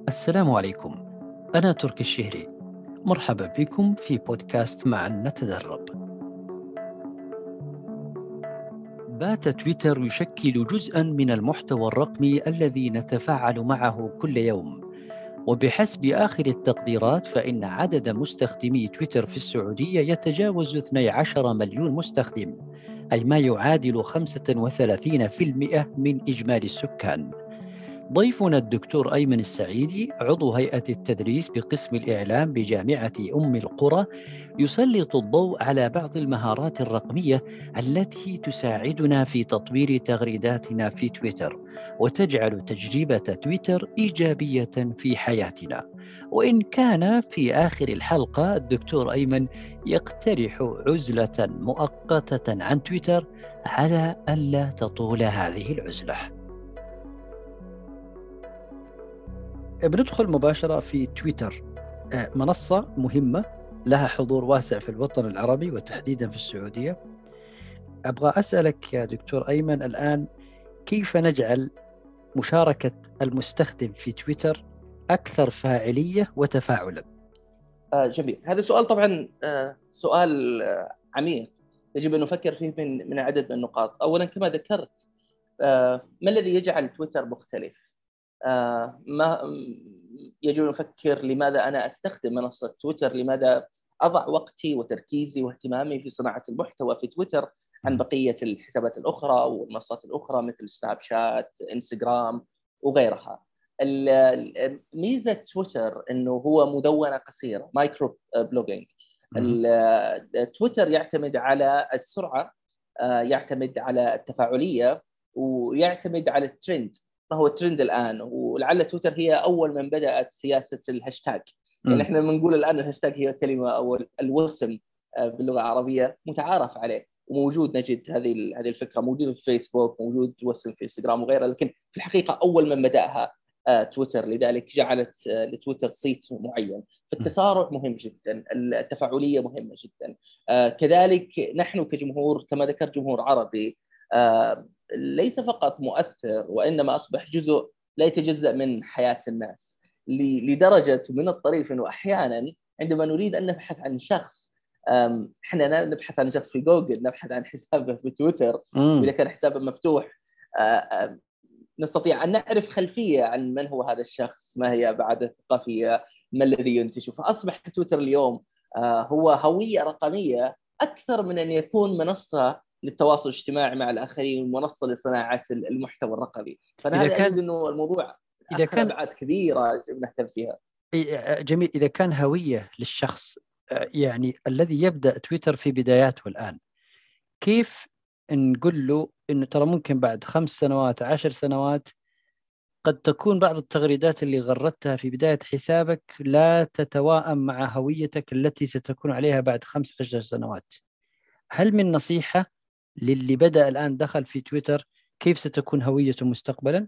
السلام عليكم. أنا تركي الشهري. مرحبا بكم في بودكاست معا نتدرب. بات تويتر يشكل جزءا من المحتوى الرقمي الذي نتفاعل معه كل يوم، وبحسب آخر التقديرات فإن عدد مستخدمي تويتر في السعودية يتجاوز 12 مليون مستخدم، أي ما يعادل 35% من إجمالي السكان. ضيفنا الدكتور أيمن السعيدي عضو هيئة التدريس بقسم الإعلام بجامعة أم القرى يسلط الضوء على بعض المهارات الرقمية التي تساعدنا في تطوير تغريداتنا في تويتر وتجعل تجربة تويتر إيجابية في حياتنا. وإن كان في آخر الحلقة الدكتور أيمن يقترح عزلة مؤقتة عن تويتر على ألا تطول هذه العزلة. بندخل مباشرة في تويتر، منصة مهمة لها حضور واسع في الوطن العربي وتحديدا في السعودية. أبغى أسألك يا دكتور أيمن الآن، كيف نجعل مشاركة المستخدم في تويتر أكثر فاعلية وتفاعلا؟ جميل. هذا السؤال طبعا سؤال عميق يجب أن نفكر فيه من عدد من النقاط. أولا كما ذكرت، ما الذي يجعل تويتر مختلف؟ ما يجب أن نفكر لماذا أنا أستخدم منصة تويتر، لماذا أضع وقتي وتركيزي واهتمامي في صناعة المحتوى في تويتر عن بقية الحسابات الأخرى والمنصات الأخرى مثل سناب شات، إنستغرام وغيرها. ميزة تويتر أنه هو مدونة قصيرة، مايكرو بلوجينج. تويتر يعتمد على السرعة، يعتمد على التفاعلية، ويعتمد على الترند. ما هو الترند الآن؟ ولعل تويتر هي أول من بدأت سياسة الهاشتاج. يعني إحنا بنقول الآن الهاشتاج هي كلمة أو الوسم باللغة العربية متعارف عليه وموجود. نجد هذه الفكرة موجودة في فيسبوك، موجود وسم في انستغرام وغيرها، لكن في الحقيقة أول من بدأها تويتر، لذلك جعلت لتويتر صيت معين. فالتسارع مهم جدا، التفاعلية مهمة جدا. كذلك نحن كجمهور، كما ذكرت، جمهور عربي ليس فقط مؤثر وإنما أصبح جزء لا يتجزأ من حياة الناس، لدرجة من الطريف أنه أحيانا عندما نريد أن نبحث عن شخص، احنا نبحث عن شخص في جوجل، نبحث عن حسابه في تويتر، وإذا كان حسابه مفتوح نستطيع أن نعرف خلفية عن من هو هذا الشخص، ما هي أبعاده الثقافية، ما الذي ينتج. فأصبح تويتر اليوم هو هوية رقمية أكثر من أن يكون منصة للتواصل الاجتماعي مع الآخرين ومنصة لصناعة المحتوى الرقمي. فأنا هذا أجد أنه الموضوع أخذ أبعاد كبيرة نهتم فيها. جميل. إذا كان هوية للشخص، يعني الذي يبدأ تويتر في بداياته الآن، كيف نقول له إنه ترى ممكن بعد 5 سنوات 10 سنوات قد تكون بعض التغريدات اللي غردتها في بداية حسابك لا تتواءم مع هويتك التي ستكون عليها بعد 15 سنوات؟ هل من نصيحة للي بدأ الآن دخل في تويتر كيف ستكون هويته مستقبلا؟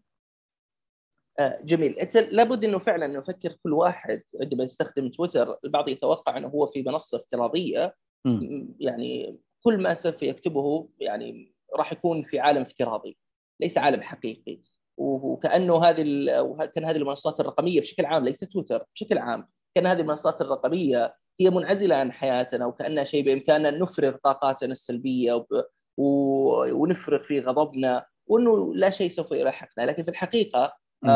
جميل. أنت لابد أنه فعلا نفكر كل واحد عندما يستخدم تويتر. البعض يتوقع أنه هو في منصة افتراضية، يعني كل ما سوف يكتبه يعني راح يكون في عالم افتراضي ليس عالم حقيقي. وكأنه كان هذه المنصات الرقمية بشكل عام، ليس تويتر بشكل عام، كان هذه المنصات الرقمية هي منعزلة عن حياتنا، وكأنها شيء بإمكاننا أن نفرغ طاقاتنا السلبية ونفرغ في غضبنا، وأنه لا شيء سوف يلاحقنا. لكن في الحقيقة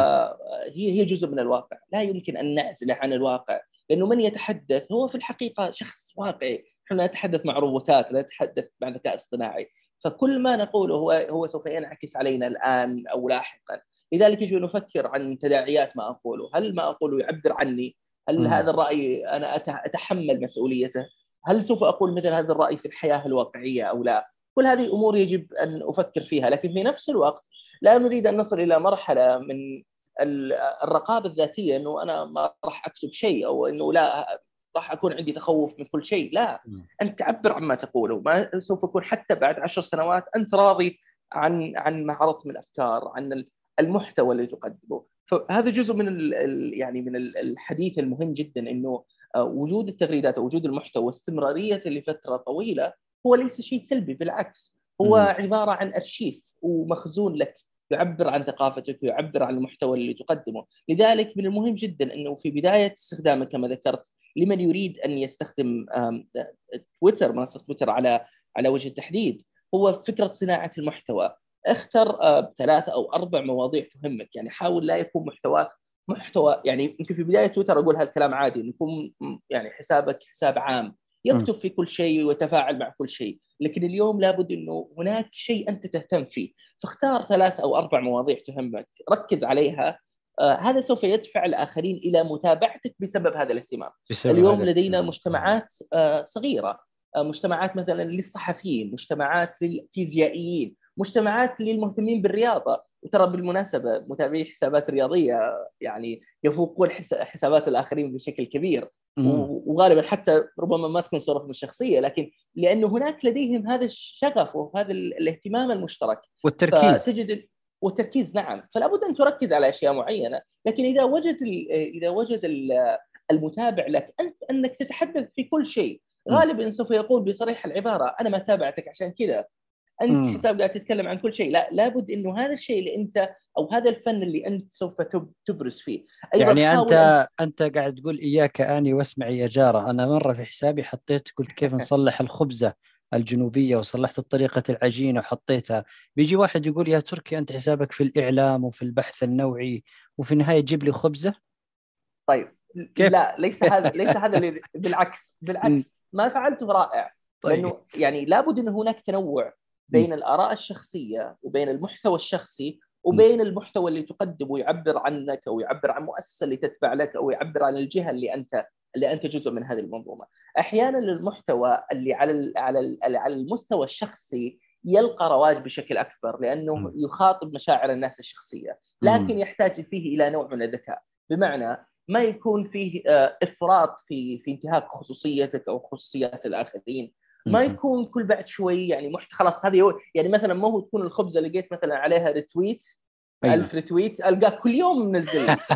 هي جزء من الواقع، لا يمكن أن نعزله عن الواقع، لأنه من يتحدث هو في الحقيقة شخص واقعي. نحن نتحدث مع روبوتات، لا نتحدث مع ذكاء اصطناعي، فكل ما نقوله هو سوف ينعكس علينا الآن أو لاحقا. لذلك يجب أن نفكر عن تداعيات ما أقوله. هل ما أقوله يعبر عني؟ هل هذا الرأي أنا أتحمل مسؤوليته؟ هل سوف أقول مثل هذا الرأي في الحياة الواقعية أو لا؟ كل هذه أمور يجب أن أفكر فيها، لكن في نفس الوقت لا نريد أن نصل إلى مرحلة من الرقابة الذاتية، أنه أنا ما راح أكتب شيء، أو أنه لا راح أكون عندي تخوف من كل شيء. لا، أنت تعبر عما تقوله. ما سوف يكون حتى بعد 10 سنوات أنت راضي عن ما عرضت من أفكار، عن المحتوى اللي تقدمه. فهذا جزء من يعني من الحديث المهم جدا، أنه وجود التغريدات ووجود المحتوى واستمرارية لفترة طويلة هو ليس شيء سلبي، بالعكس هو عبارة عن أرشيف ومخزون لك. يعبر عن ثقافتك ويعبر عن المحتوى اللي تقدمه. لذلك من المهم جدا أنه في بداية استخدامك كما ذكرت لمن يريد أن يستخدم تويتر، منصة تويتر على وجه التحديد، هو فكرة صناعة المحتوى. اختر 3 أو 4 مواضيع تهمك. يعني حاول لا يكون محتواك محتوى، يعني يمكن في بداية تويتر أقول هالكلام عادي، إنه يكون يعني حسابك حساب عام يكتب في كل شيء ويتفاعل مع كل شيء، لكن اليوم لابد أنه هناك شيء أنت تهتم فيه. فاختار 3 أو 4 مواضيع تهمك، ركز عليها. هذا سوف يدفع الآخرين إلى متابعتك بسبب هذا الاهتمام. بسبب هذا اليوم لدينا الاهتمام. مجتمعات صغيرة، مجتمعات مثلا للصحفيين، مجتمعات للفيزيائيين، مجتمعات للمهتمين بالرياضة. وترى بالمناسبة متابعي حسابات رياضية يعني يفوقون حسابات الآخرين بشكل كبير، وغالبا حتى ربما ما تكون صورتهم الشخصية، لكن لأنه هناك لديهم هذا الشغف وهذا الاهتمام المشترك والتركيز. فتجد والتركيز. نعم، فلا بد أن تركز على أشياء معينة. لكن إذا وجد المتابع لك أنك تتحدث في كل شيء، غالبا سوف يقول بصريح العبارة أنا ما تابعتك عشان كذا، أنت حساب قاعد تتكلم عن كل شيء. لا، لابد إنه هذا الشيء اللي أنت أو هذا الفن اللي أنت سوف تبرز فيه. أيضا يعني حاول أنت قاعد تقول إياك آني واسمعي يا جارة. أنا مرة في حسابي حطيت، قلت كيف نصلح الخبزة الجنوبية، وصلحت طريقة العجينة وحطيتها. بيجي واحد يقول يا تركي أنت حسابك في الإعلام وفي البحث النوعي، وفي النهاية تجيب لي خبزة. طيب، كيف؟ لا، ليس هذا اللي بالعكس ما فعلته رائع. طيب. لأنه يعني لابد أن هناك تنوع بين الآراء الشخصية وبين المحتوى الشخصي وبين المحتوى اللي تقدمه يعبر عنك أو يعبر عن مؤسسة اللي تتبع لك أو يعبر عن الجهة اللي أنت جزء من هذه المنظومة. أحيانا المحتوى اللي على المستوى الشخصي يلقى رواج بشكل أكبر لأنه يخاطب مشاعر الناس الشخصية، لكن يحتاج فيه إلى نوع من الذكاء. بمعنى ما يكون فيه افراط في انتهاك خصوصيتك او خصوصيات الاخرين. ما يكون كل بعد شوي يعني خلاص هذه يعني مثلا ما هو تكون الخبزه لقيت مثلا عليها ريتويت، أيوة. 1000 ريتويت القاه كل يوم منزل لي.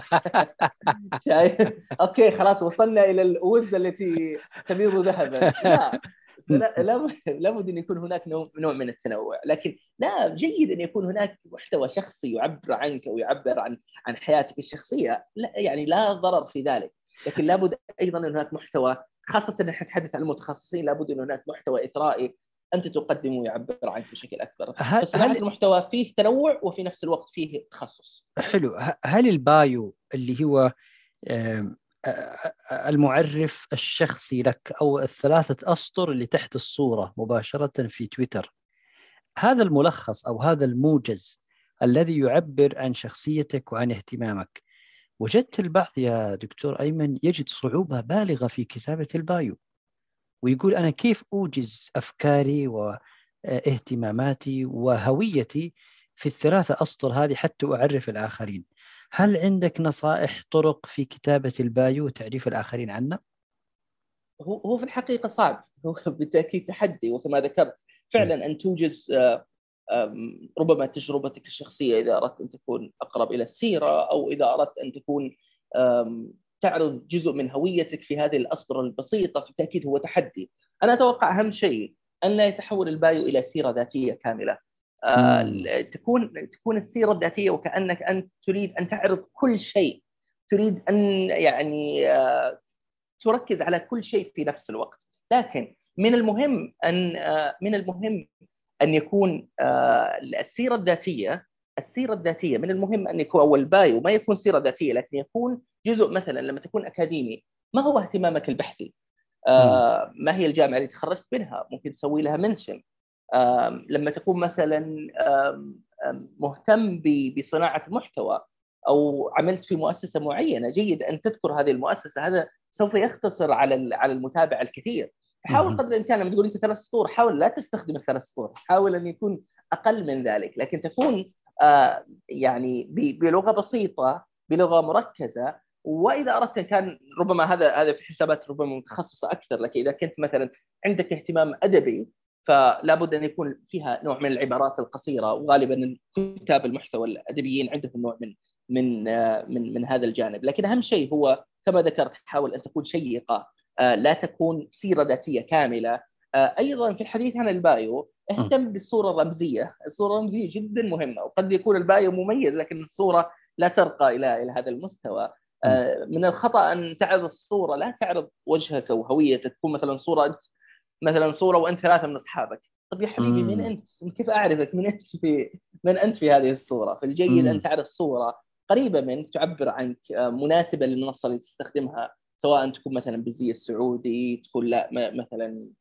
اوكي خلاص وصلنا الى الوزه التي تبيض ذهبا. لا، لابد ان يكون هناك نوع من التنوع. لكن لا، جيد ان يكون هناك محتوى شخصي يعبر عنك ويعبر عن حياتك الشخصيه، لا يعني لا ضرر في ذلك. لكن لابد ايضا ان هناك محتوى، خاصه ان نتحدث عن المتخصصين، لابد ان هناك محتوى اثرائي انت تقدمه ويعبر عنك بشكل اكبر. فصناعه المحتوى فيه تنوع وفي نفس الوقت فيه تخصص. حلو. هل البايو اللي هو المعرف الشخصي لك أو الثلاثة أسطر اللي تحت الصورة مباشرة في تويتر، هذا الملخص أو هذا الموجز الذي يعبر عن شخصيتك وعن اهتمامك، وجدت البعض يا دكتور أيمن يجد صعوبة بالغة في كتابة البايو، ويقول أنا كيف أوجز أفكاري واهتماماتي وهويتي في الثلاثة أسطر هذه حتى أعرف الآخرين. هل عندك نصائح، طرق في كتابة البايو وتعريف الآخرين عنه؟ هو في الحقيقة صعب، هو بالتأكيد تحدي. وكما ذكرت فعلا أن توجز ربما تجربتك الشخصية إذا أردت أن تكون أقرب إلى السيرة، أو إذا أردت أن تكون تعرض جزء من هويتك في هذه الأسطر البسيطة، بالتأكيد هو تحدي. أنا أتوقع أهم شيء أن لا يتحول البايو إلى سيرة ذاتية كاملة. تكون السيرة الذاتية وكأنك أنت تريد أن تعرض كل شيء، تريد أن يعني تركز على كل شيء في نفس الوقت. لكن من المهم أن يكون السيرة الذاتية من المهم أن يكون أول بايو ما يكون سيرة ذاتية، لكن يكون جزء. مثلا لما تكون أكاديمي، ما هو اهتمامك البحثي؟ ما هي الجامعة اللي تخرجت منها؟ ممكن تسوي لها منشن. لما تكون مثلا مهتم بصناعة المحتوى أو عملت في مؤسسة معينة، جيد أن تذكر هذه المؤسسة. هذا سوف يختصر على المتابع الكثير. حاول قدر الإمكان لما تقول أنت 3 سطور، حاول لا تستخدم ال3 سطور، حاول أن يكون أقل من ذلك، لكن تكون يعني بلغة بسيطة، بلغة مركزة. وإذا أردت كان ربما هذا في حسابات ربما متخصصة أكثر، لكن إذا كنت مثلا عندك اهتمام أدبي فلا بد أن يكون فيها نوع من العبارات القصيرة. وغالبا كتاب المحتوى الأدبيين عندهم نوع من هذا الجانب. لكن أهم شيء هو كما ذكرت، حاول أن تكون شيقة، لا تكون سيرة ذاتية كاملة. ايضا في الحديث عن البايو اهتم بالصوره الرمزيه. الصوره الرمزيه جدا مهمه، وقد يكون البايو مميز لكن الصوره لا ترقى الى هذا المستوى. من الخطا ان تعرض الصوره، لا تعرض وجهك او هويتك. تكون مثلا صوره انت، مثلا صوره وانت ثلاثه من اصحابك. طب يا حبيبي من انت؟ كيف اعرفك من انت في هذه الصوره؟ فالجيد ان تعرض صوره قريبه منك، تعبر عنك، مناسبه للمنصه اللي تستخدمها، سواء تكون مثلا بالزي السعودي، تكون لا مثلا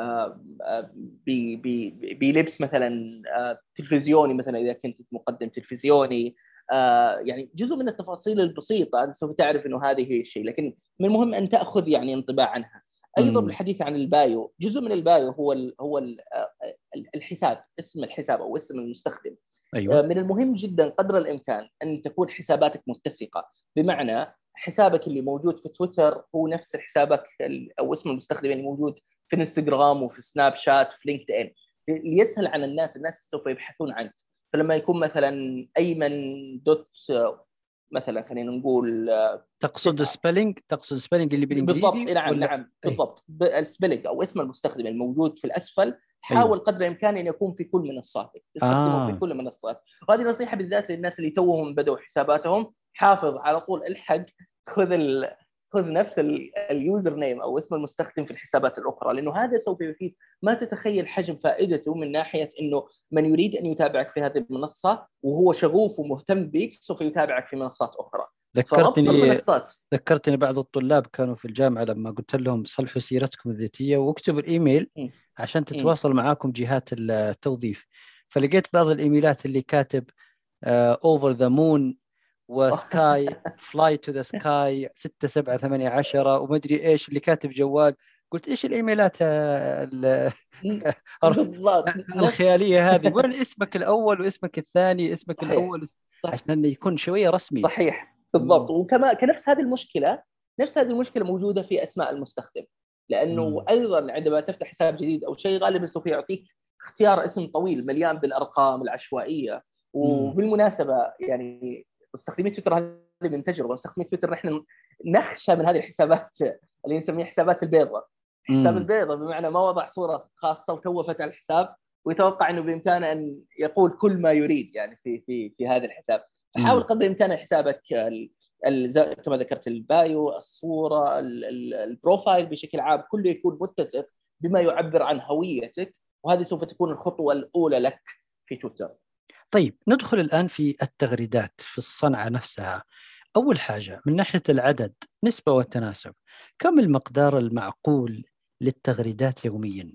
بلبس مثلا تلفزيوني، مثلا اذا كنت مقدم تلفزيوني. يعني جزء من التفاصيل البسيطه انت سوف تعرف انه هذه هي الشيء، لكن من المهم ان تاخذ يعني انطباع عنها. ايضا بالحديث عن البايو، جزء من البايو هو الحساب، اسم الحساب او اسم المستخدم. أيوة. من المهم جدا قدر الامكان ان تكون حساباتك متسقه، بمعنى حسابك اللي موجود في تويتر هو نفس حسابك او اسم المستخدم اللي موجود في انستغرام وفي سناب شات في لينكد ان، ليسهل على الناس سوف يبحثون عنك. فلما يكون مثلا ايمن دوت مثلا، خلينا نقول تقصد سبيلينج اللي بالضبط. بالانجليزي نعم ولا؟ نعم بالضبط، السبيلنج او اسم المستخدم الموجود في الاسفل، حاول أيوة. قدر الامكان ان يكون في كل منصاتك، تستخدمه في كل منصات. وهذه نصيحه بالذات للناس اللي توهم بدوا حساباتهم. حافظ على طول، الحق خذ نفس اليوزر نيم او اسم المستخدم في الحسابات الاخرى، لانه هذا سوف يفيد. ما تتخيل حجم فائدته من ناحيه انه من يريد ان يتابعك في هذه المنصه وهو شغوف ومهتم بك سوف يتابعك في منصات اخرى. فربط المنصات. ذكرتني بعض الطلاب كانوا في الجامعة لما قلت لهم صلحوا سيرتكم الذاتية واكتبوا الإيميل عشان تتواصل معاكم جهات التوظيف. فلقيت بعض الإيميلات اللي كاتب over the moon وسكاي فلاي تو ذا سكاي 6 7 8 10 ومدري ايش اللي كاتب جوال. قلت ايش الايميلات بالضبط الخياليه هذه؟ وين اسمك الاول واسمك الثاني؟ اسمك صحيح. الاول عشان يكون شويه رسمي. صحيح بالضبط. وكما كنفس هذه المشكله، نفس هذه المشكله موجوده في اسماء المستخدم، لانه ايضا عندما تفتح حساب جديد او شيء غالبا سوف يعطيك اختيار اسم طويل مليان بالارقام العشوائيه. وبالمناسبه يعني مستخدمي تويتر، هذه من تجربه مستخدمي تويتر، نحن نخشى من هذه الحسابات اللي نسميها حسابات البيضاء. حساب البيضاء بمعنى ما وضع صوره خاصه وتو فتح الحساب ويتوقع انه بامكانه ان يقول كل ما يريد يعني في هذا الحساب. فحاول قدر الامكان حسابك كما ذكرت البايو، الصوره، البروفايل بشكل عام كله يكون متسق بما يعبر عن هويتك، وهذه سوف تكون الخطوه الاولى لك في تويتر. طيب ندخل الآن في التغريدات في الصنعة نفسها. أول حاجة من ناحية العدد، نسبة وتناسب، كم المقدار المعقول للتغريدات يوميا؟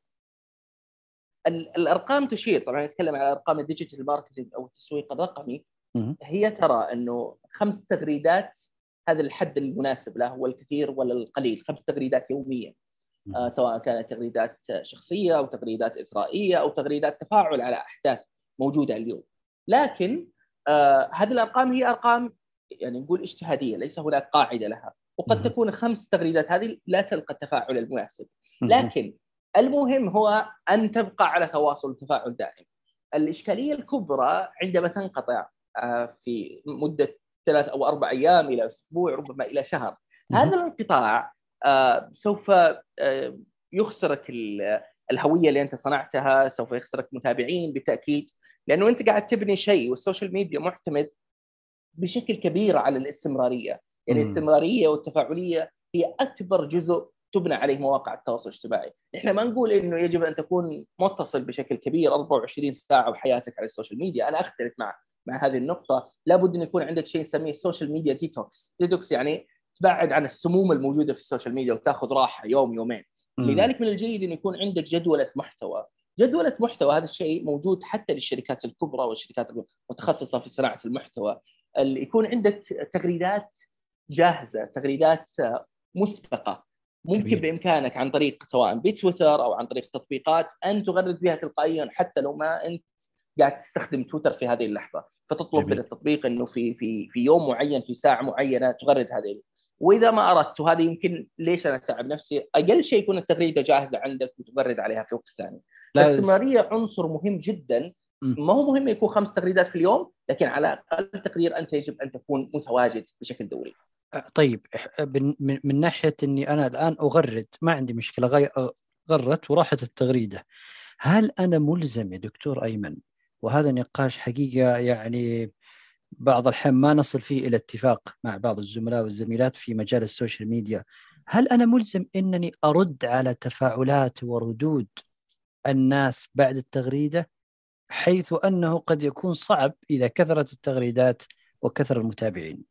الأرقام تشير، طبعا نتكلم على أرقام الديجيتال ماركتينج أو التسويق الرقمي، هي ترى أنه 5 تغريدات هذا الحد المناسب له، والكثير ولا القليل. 5 تغريدات يوميا، سواء كانت تغريدات شخصية أو تغريدات إثرائية أو تغريدات تفاعل على أحداث موجودة اليوم. لكن هذه الأرقام هي أرقام يعني نقول اجتهادية، ليس هناك قاعدة لها، وقد تكون 5 تغريدات هذه لا تلقى التفاعل المناسب. لكن المهم هو أن تبقى على تواصل وتفاعل دائم. الإشكالية الكبرى عندما تنقطع في مدة 3 أو 4 أيام إلى أسبوع، ربما إلى شهر. هذا الانقطاع سوف يخسرك الهوية اللي أنت صنعتها، سوف يخسرك متابعين بالتأكيد، لأنه أنت قاعد تبني شيء، والسوشيال ميديا معتمد بشكل كبير على الاستمرارية. يعني الاستمرارية والتفاعلية هي أكبر جزء تبنى عليه مواقع التواصل الاجتماعي. إحنا ما نقول إنه يجب أن تكون متصل بشكل كبير 24 ساعة وحياتك على السوشيال ميديا. أنا أختلف مع هذه النقطة. لابد أن يكون عندك شيء نسميه السوشيال ميديا ديتوكس يعني تبعد عن السموم الموجودة في السوشيال ميديا وتأخذ راحة يوم يومين. لذلك من الجيد أن يكون عندك جدولة محتوى. هذا الشيء موجود حتى للشركات الكبرى والشركات المتخصصة في صناعة المحتوى. يكون عندك تغريدات جاهزة، تغريدات مسبقة، ممكن بإمكانك عن طريق سواء بتويتر أو عن طريق تطبيقات أن تغرد بها تلقائيا، حتى لو ما أنت قاعد تستخدم تويتر في هذه اللحظة. فتطلب من التطبيق أنه في يوم معين في ساعة معينة تغرد هذه. وإذا ما أردت، وهذا يمكن ليش أنا أتعب نفسي، أقل شيء يكون التغريدة جاهزة عندك وتغرد عليها في وقت ثاني. الاستمرارية عنصر مهم جدا. ما هو مهم يكون 5 تغريدات في اليوم، لكن على أقل تقدير أنت يجب أن تكون متواجد بشكل دوري. طيب من ناحية أني أنا الآن أغرد، ما عندي مشكلة غرت وراحت التغريدة. هل أنا ملزم يا دكتور أيمن، وهذا نقاش حقيقة يعني بعض الأحيان ما نصل فيه إلى اتفاق مع بعض الزملاء والزميلات في مجال السوشيال ميديا، هل أنا ملزم أنني أرد على تفاعلات وردود الناس بعد التغريدة، حيث أنه قد يكون صعب إذا كثرت التغريدات وكثر المتابعين؟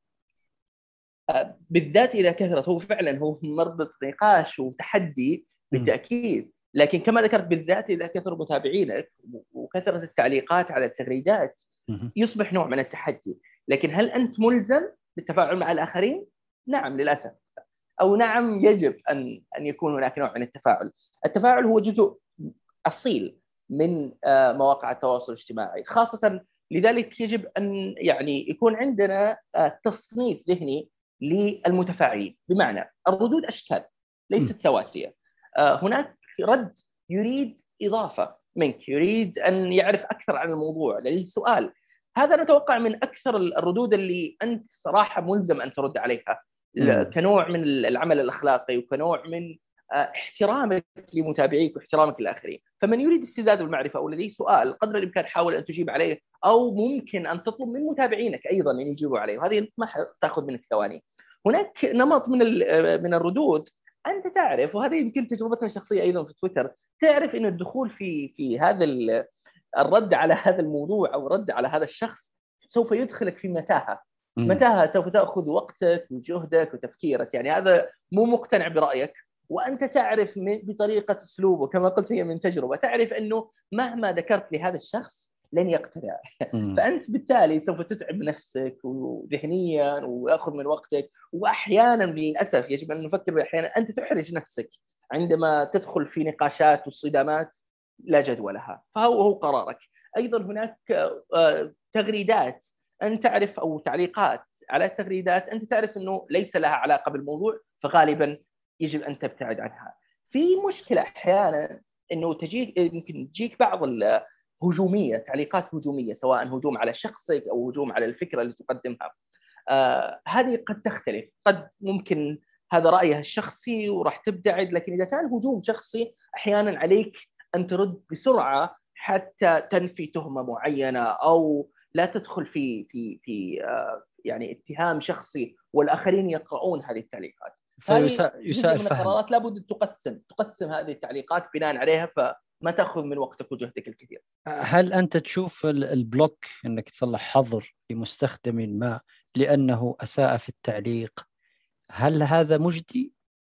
بالذات إذا كثرت، هو فعلا هو مربط نقاش وتحدي بالتأكيد، لكن كما ذكرت بالذات إذا كثر متابعينك وكثرت التعليقات على التغريدات يصبح نوع من التحدي. لكن هل أنت ملزم بالتفاعل مع الآخرين؟ نعم للأسف، أو نعم يجب أن يكون هناك نوع من التفاعل. التفاعل هو جزء أصيل من مواقع التواصل الاجتماعي خاصة، لذلك يجب أن يعني يكون عندنا تصنيف ذهني للمتفاعلين، بمعنى الردود أشكال ليست سواسية. هناك رد يريد إضافة منك، يريد أن يعرف أكثر عن الموضوع، لديه سؤال. هذا نتوقع من أكثر الردود اللي أنت صراحة ملزم أن ترد عليها، كنوع من العمل الأخلاقي وكنوع من احترامك لمتابعيك واحترامك للآخرين. فمن يريد استزادة بالمعرفة أو لديه سؤال قدر الإمكان حاول أن تجيب عليه، أو ممكن أن تطلب من متابعينك أيضا أن يجيبوا عليه، وهذه ما تأخذ منك ثواني. هناك نمط من الردود أنت تعرف، وهذه يمكن تجربتنا الشخصية أيضا في تويتر، تعرف أن الدخول في هذا الرد على هذا الموضوع أو الرد على هذا الشخص سوف يدخلك في متاهة سوف تأخذ وقتك وجهدك وتفكيرك. يعني هذا مو مقتنع برأيك، وأنت تعرف بطريقة أسلوبه، كما قلت هي من تجربة، تعرف أنه مهما ذكرت لهذا الشخص لن يقتنع. فأنت بالتالي سوف تتعب نفسك وذهنيا ويأخذ من وقتك، وأحيانا للأسف يجب أن نفكر أحيانا أنت تحرج نفسك عندما تدخل في نقاشات والصدامات لا جدوى لها، فهو قرارك. أيضا هناك تغريدات أنت تعرف، أو تعليقات على تغريدات أنت تعرف أنه ليس لها علاقة بالموضوع، فغالبا يجب أن تبتعد عنها. في مشكلة أحيانا أنه يمكن تجيك بعض الهجومية، تعليقات هجومية، سواء هجوم على شخصك أو هجوم على الفكرة اللي تقدمها. هذه قد تختلف، قد ممكن هذا رأيها الشخصي وراح تبتعد، لكن إذا كان هجوم شخصي أحيانا عليك أن ترد بسرعة حتى تنفي تهمة معينة، أو لا تدخل في يعني اتهام شخصي والآخرين يقرؤون هذه التعليقات. هذه جزء من القرارات لابد أن تقسم هذه التعليقات بناء عليها، فما تأخذ من وقتك وجهدك الكثير. هل أنت تشوف البلوك أنك تصلح حظر لمستخدم ما لأنه أساء في التعليق، هل هذا مجدي؟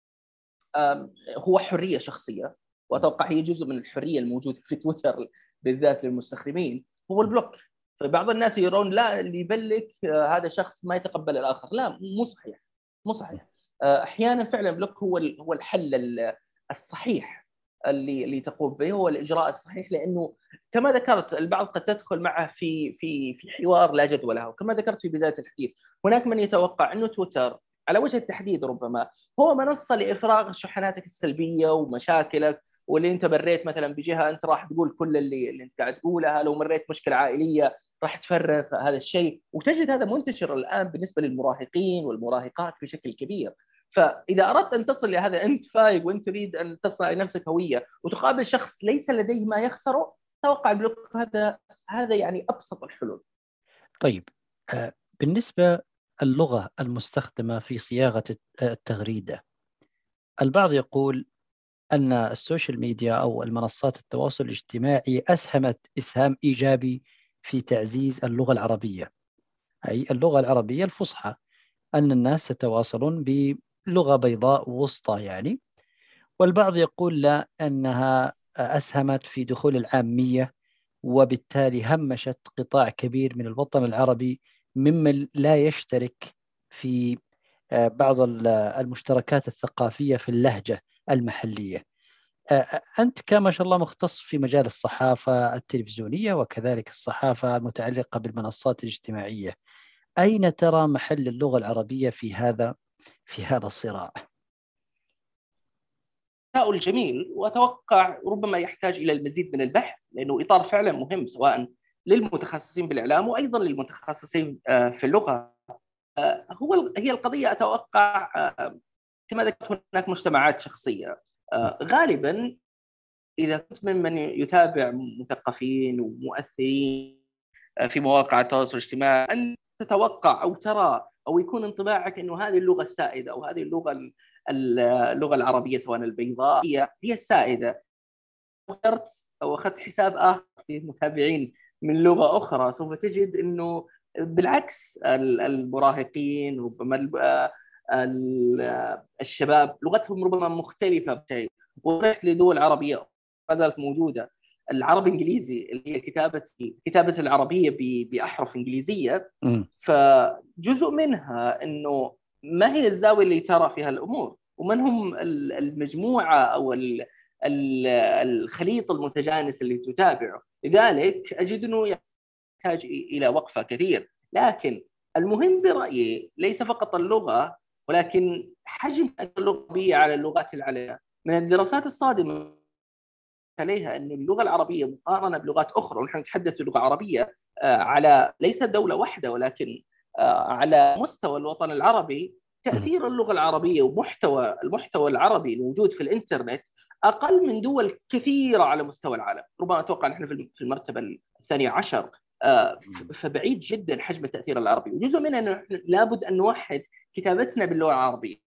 هو حرية شخصية، وأتوقع هي جزء من الحرية الموجودة في تويتر بالذات للمستخدمين، هو البلوك. فبعض الناس يرون لا، اللي يبلك هذا شخص ما يتقبل الآخر. لا، مو صحيح. أحيانا فعلا البلوك هو الحل الصحيح اللي تقوم به، هو الإجراء الصحيح، لأنه كما ذكرت البعض قد تدخل معه في حوار لا جدوى له. وكما ذكرت في بداية الحديث، هناك من يتوقع أنه تويتر على وجه التحديد ربما هو منصة لإفراغ شحناتك السلبية ومشاكلك، واللي أنت مريت مثلا بجهة أنت راح تقول كل اللي أنت قاعد تقولها، لو مريت مشكلة عائلية راح تفرغ هذا الشيء. وتجد هذا منتشر الآن بالنسبة للمراهقين والمراهقات بشكل كبير. فإذا أردت أن تصل لهذا، أنت فايق وأنت تريد أن تصنع لنفسك هوية وتقابل شخص ليس لديه ما يخسره، توقع البلوك هذا يعني أبسط الحلول. طيب، بالنسبة اللغة المستخدمة في صياغة التغريدة، البعض يقول أن السوشيال ميديا أو المنصات التواصل الاجتماعي أسهمت إسهام إيجابي في تعزيز اللغة العربية، أي اللغة العربية الفصحى، أن الناس يتواصلون بلغة بيضاء وسطى يعني. والبعض يقول لا، أنها أسهمت في دخول العامية، وبالتالي همشت قطاع كبير من الوطن العربي ممن لا يشترك في بعض المشتركات الثقافية في اللهجة المحلية. أنت كما شاء الله مختص في مجال الصحافة التلفزيونية وكذلك الصحافة المتعلقة بالمنصات الاجتماعية، أين ترى محل اللغة العربية في هذا الصراع؟ تساؤل جميل، وأتوقع ربما يحتاج إلى المزيد من البحث، لأنه إطار فعلا مهم سواء للمتخصصين بالإعلام وأيضا للمتخصصين في اللغة. هي القضية أتوقع كما ذكرت هناك مجتمعات شخصية غالبا إذا كنت ممن يتابع مثقفين ومؤثرين في مواقع التواصل الاجتماعي، أن تتوقع أو ترى أو يكون انطباعك أنه هذه اللغة السائدة أو هذه اللغة العربية سواء البيضاء هي السائدة. أو أخذت حساب آخر في متابعين من لغة أخرى، سوف تجد أنه بالعكس المراهقين ربما الشباب لغتهم ربما مختلفة بشيء. ورحت لدول عربية ما زالت موجودة، العربي الإنجليزي اللي هي كتابة العربية بأحرف إنجليزية. فجزء منها أنه ما هي الزاوية اللي ترى فيها الأمور، ومن هم المجموعة أو الخليط المتجانس اللي تتابعه. لذلك أجد أنه يحتاج إلى وقفة كثير. لكن المهم برأيي ليس فقط اللغة، ولكن حجم اللغة العربية على اللغات العالمية. من الدراسات الصادمة عليها أن اللغة العربية مقارنة بلغات أخرى، ونحن نتحدث لغة عربية على ليس دولة واحدة ولكن على مستوى الوطن العربي، تأثير اللغة العربية المحتوى العربي الموجود في الإنترنت أقل من دول كثيرة على مستوى العالم. ربما أتوقع نحن في المرتبة الثانية عشر. فبعيد جدا حجم التأثير العربي، وجزء منه أنه لابد أن نوحد كتابتنا باللغة العربية.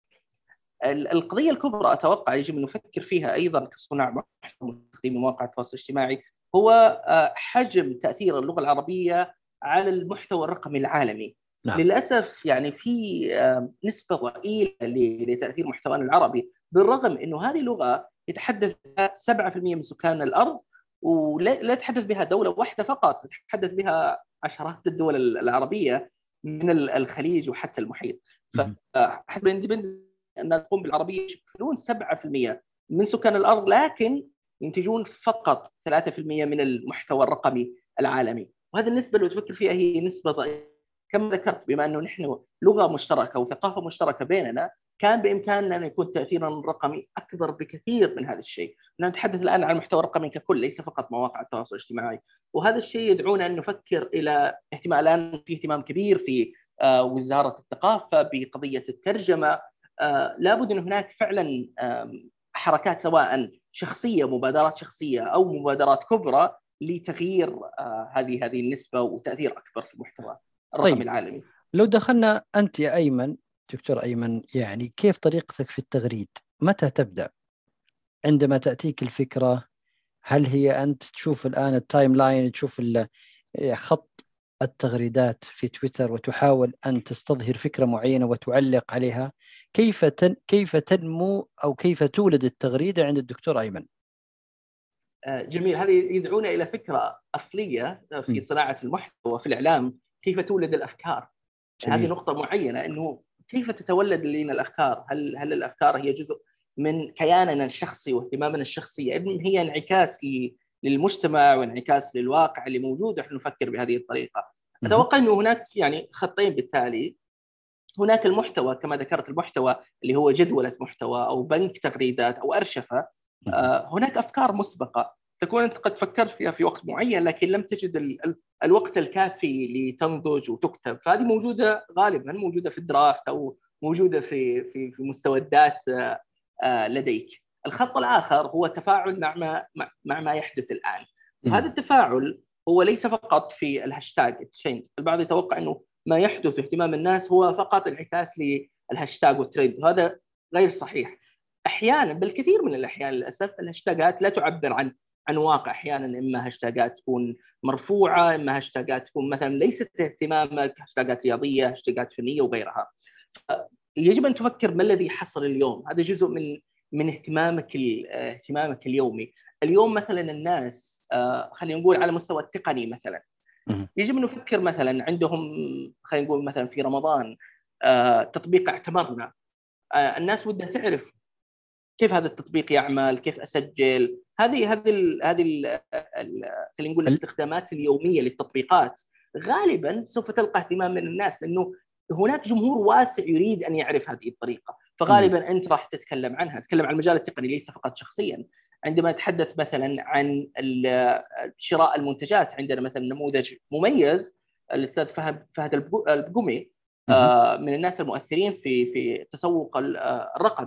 القضية الكبرى أتوقع يجب أن نفكر فيها أيضا كصناع محتوى مستخدمي مواقع التواصل الاجتماعي، هو حجم تأثير اللغة العربية على المحتوى الرقمي العالمي. نعم. للأسف يعني في نسبة ضئيلة لتأثير محتوانا العربي، بالرغم أنه هذه لغة يتحدث 7% من سكان الأرض، ولا يتحدث بها دولة واحدة فقط، يتحدث بها عشرات الدول العربية من الخليج وحتى المحيط. فحسب الاندبندنت أنها تقوم بالعربية يشكلون 7% من سكان الأرض، لكن ينتجون فقط 3% من المحتوى الرقمي العالمي. وهذه النسبة لو تفكر فيها هي نسبة ضئيلة. كما ذكرت، بما أنه نحن لغة مشتركة وثقافة مشتركة بيننا، كان بإمكاننا أن يكون تأثيرنا الرقمي أكبر بكثير من هذا الشيء. نتحدث الآن عن المحتوى الرقمي ككل، ليس فقط مواقع التواصل الاجتماعي. وهذا الشيء يدعونا أن نفكر إلى اهتمام. الآن في اهتمام كبير في وزارة الثقافة بقضية الترجمة. لابد أن هناك فعلا حركات سواء شخصية، مبادرات شخصية أو مبادرات كبرى لتغيير هذه النسبة وتأثير أكبر في المحتوى الرقمي العالمي. لو دخلنا أنت يا أيمن، دكتور أيمن، يعني كيف طريقتك في التغريد؟ متى تبدأ؟ عندما تأتيك الفكرة، هل هي أنت تشوف الآن التايم لاين، تشوف خط التغريدات في تويتر وتحاول أن تستظهر فكرة معينة وتعلق عليها؟ كيف تنمو أو كيف تولد التغريدة عند الدكتور أيمن؟ جميل. هذه يدعونا إلى فكرة أصلية في صناعة المحتوى في الإعلام، كيف تولد الأفكار. هذه نقطة معينة، أنه كيف تتولد لنا الأفكار. هل الأفكار هي جزء من كياننا الشخصي واهتمامنا الشخصي، أم هي انعكاس للمجتمع وانعكاس للواقع اللي موجود ونحن نفكر بهذه الطريقة؟ أتوقع أنه هناك يعني خطين بالتالي. هناك المحتوى كما ذكرت، المحتوى اللي هو جدولة محتوى أو بنك تغريدات أو أرشفة. هناك أفكار مسبقة تكون أنت قد فكرت فيها في وقت معين، لكن لم تجد الوقت الكافي لتنضج وتكتب. فهذه موجودة غالبا موجودة في الدرافت أو موجودة في مستودات لديك. الخط الآخر هو التفاعل مع ما يحدث الآن. وهذا التفاعل هو ليس فقط في الهاشتاج الترند. البعض يتوقع أنه ما يحدث اهتمام الناس هو فقط انعكاس للهاشتاج والترند، وهذا غير صحيح. أحيانا، بالكثير من الأحيان للأسف، الهاشتاجات لا تعبر عن واقع. أحيانا إما هاشتاجات تكون مرفوعة، إما هاشتاجات تكون مثلا ليست اهتمامك، هاشتاجات رياضية، هاشتاجات فنية وغيرها. يجب أن تفكر ما الذي حصل اليوم. هذا جزء من اهتمامك اليومي. اليوم مثلا الناس خلينا نقول على مستوى التقني مثلا، يجب أن نفكر مثلا عندهم، خلينا نقول مثلا في رمضان تطبيق اعتمرنا. الناس ودها تعرف كيف هذا التطبيق يعمل، كيف أسجل. هذه خلينا نقول الاستخدامات اليومية للتطبيقات غالبا سوف تلقى اهتمام من الناس، لأنه هناك جمهور واسع يريد أن يعرف هذه الطريقة. فغالبا أنت راح تتكلم عنها، تتكلم عن المجال التقني ليس فقط شخصيا. عندما نتحدث مثلا عن شراء المنتجات، عندنا مثلا نموذج مميز، الأستاذ فهد البقومي، من الناس المؤثرين في التسوق الرقمي.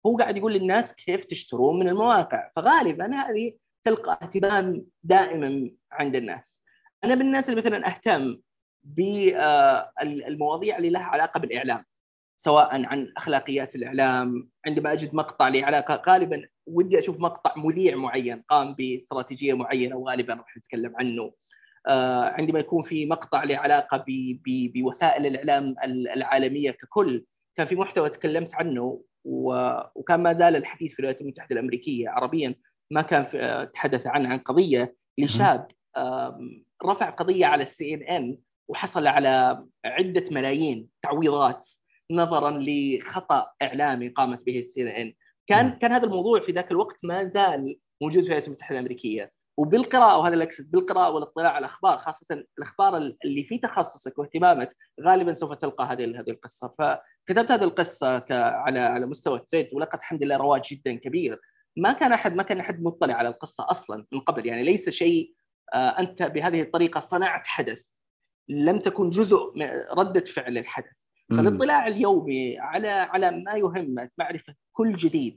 هو قاعد يقول للناس كيف تشترون من المواقع. فغالبا هذه تلقى اهتمام دائما عند الناس. أنا من الناس اللي مثلا أهتم بالمواضيع اللي لها علاقة بالإعلام، سواء عن أخلاقيات الإعلام. عندما أجد مقطع لي علاقة، غالبا ودي أشوف مقطع مذيع معين قام باستراتيجية معينة، وغالبا راح نتكلم عنه. عندما يكون في مقطع له علاقة بوسائل الإعلام العالمية ككل، كان في محتوى تكلمت عنه وكان ما زال الحديث في الولايات المتحدة الأمريكية عربيا، ما كان تحدث عن قضية لشاب رفع قضية على CNN وحصل على عدة ملايين تعويضات نظرا لخطأ إعلامي قامت به CNN. كان هذا الموضوع في ذاك الوقت ما زال موجود في الولايات المتحدة الأمريكية. وبالقراءة، وهذا الأكسس بالقراءة والاطلاع على الأخبار، خاصة الأخبار اللي في تخصصك واهتمامك، غالبا سوف تلقى هذه القصة. فكتبت هذه القصة على مستوى الثريد، ولقد الحمد لله رواج جدا كبير. ما كان أحد مطلع على القصة أصلا من قبل، يعني ليس شيء أنت بهذه الطريقة صنعت حدث، لم تكن جزء من ردة فعل الحدث. فالاطلاع اليومي على ما يهمك، معرفة كل جديد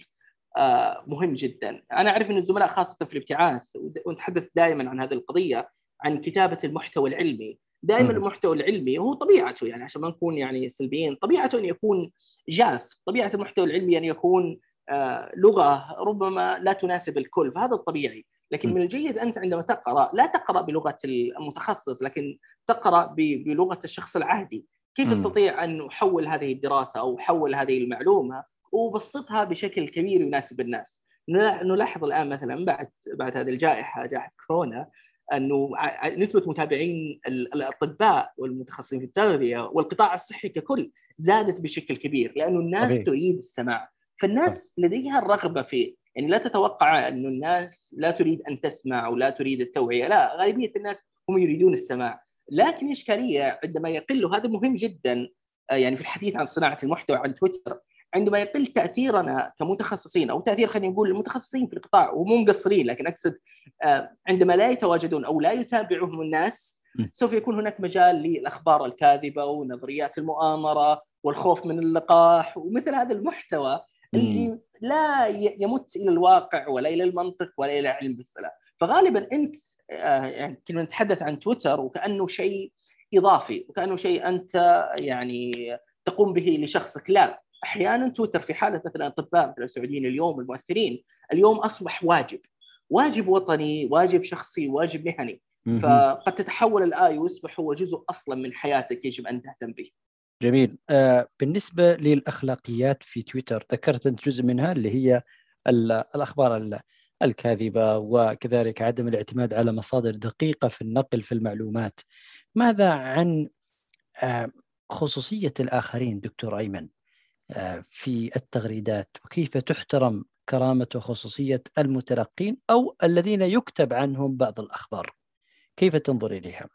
مهم جدا. أنا أعرف أن الزملاء خاصة في الابتعاث، ونتحدث دائما عن هذه القضية، عن كتابة المحتوى العلمي. دائما المحتوى العلمي هو طبيعته، يعني عشان ما نكون يعني سلبيين، طبيعته أن يكون جاف. طبيعة المحتوى العلمي أن يكون لغة ربما لا تناسب الكل، فهذا الطبيعي. لكن من الجيد أنت عندما تقرأ لا تقرأ بلغة المتخصص، لكن تقرأ بلغة الشخص العادي. كيف استطيع أن أحول هذه الدراسة أو أحول هذه المعلومة وبسطها بشكل كبير يناسب الناس؟ نلاحظ الآن مثلا بعد هذه الجائحة، جائحة كورونا، أنه نسبة متابعين الأطباء والمتخصصين في التغذية والقطاع الصحي ككل زادت بشكل كبير، لأنه الناس تريد السماع. فالناس لديها الرغبة فيه. يعني لا تتوقع أن الناس لا تريد أن تسمع ولا تريد التوعية، لا، غالبية الناس هم يريدون السماع. لكن إشكالية عندما يقل، هذا مهم جدا يعني في الحديث عن صناعة المحتوى عن تويتر، عندما يقل تأثيرنا كمتخصصين، أو تأثير خلينا نقول المتخصصين في القطاع، ومو مقصرين، لكن أقصد عندما لا يتواجدون أو لا يتابعهم الناس، سوف يكون هناك مجال للأخبار الكاذبة ونظريات المؤامرة والخوف من اللقاح ومثل هذا المحتوى اللي لا يمت إلى الواقع ولا إلى المنطق ولا إلى علم بالسلام. فغالبا أنت يعني كنا نتحدث عن تويتر وكأنه شيء إضافي، وكأنه شيء أنت يعني تقوم به لشخصك. لا، أحيانا تويتر في حالة مثلا أطباء مثل السعوديين اليوم، المؤثرين اليوم أصبح واجب وطني، واجب شخصي، واجب مهني. فقد تتحول الآية ويصبح هو جزء أصلا من حياتك يجب أن تهتم به. جميل. بالنسبة للأخلاقيات في تويتر، ذكرت أنت جزء منها اللي هي الأخبار الكاذبة، وكذلك عدم الاعتماد على مصادر دقيقة في النقل في المعلومات. ماذا عن خصوصية الآخرين دكتور أيمن في التغريدات، وكيف تحترم كرامة وخصوصية المتلقين أو الذين يكتب عنهم بعض الأخبار؟ كيف تنظر إليها؟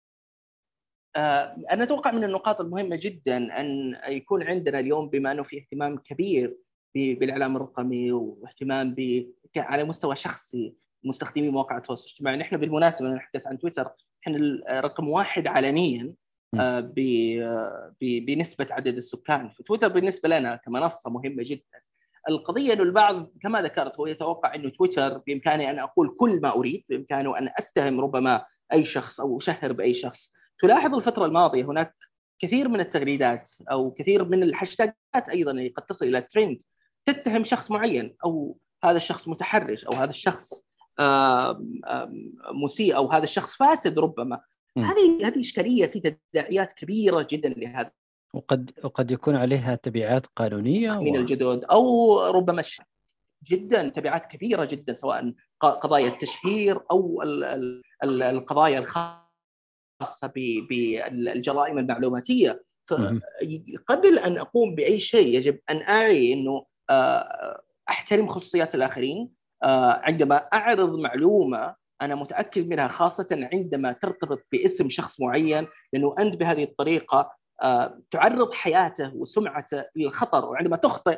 أنا أتوقع من النقاط المهمة جدا أن يكون عندنا اليوم، بما أنه في اهتمام كبير بالإعلام الرقمي واهتمام على مستوى شخصي مستخدمي مواقع التواصل الاجتماعي. نحن بالمناسبة نتحدث عن تويتر، نحن رقم 1 عالميا بنسبة عدد السكان. في تويتر بالنسبة لنا كمنصة مهمة جدا. القضية أنه البعض كما ذكرت هو يتوقع أنه تويتر بإمكاني أن أقول كل ما أريد، بإمكانه أن أتهم ربما أي شخص أو أشهر بأي شخص. تلاحظ الفترة الماضية هناك كثير من التغريدات أو كثير من الهاشتاجات أيضا اللي قد تصل إلى ترند تتهم شخص معين، أو هذا الشخص متحرش، أو هذا الشخص مسيء، أو هذا الشخص فاسد ربما. هذه إشكالية في تداعيات كبيرة جدا لهذا، وقد يكون عليها تبعات قانونية من الجدد، أو ربما جدا تبعات كبيرة جدا، سواء قضايا التشهير أو القضايا الخاصة بالجرائم المعلوماتية. فقبل أن أقوم بأي شيء يجب أن أعي أنه أحترم خصوصيات الآخرين. عندما أعرض معلومة أنا متأكد منها، خاصة عندما ترتبط باسم شخص معين، لأنه أنت بهذه الطريقة تعرض حياته وسمعته للخطر. وعندما تخطئ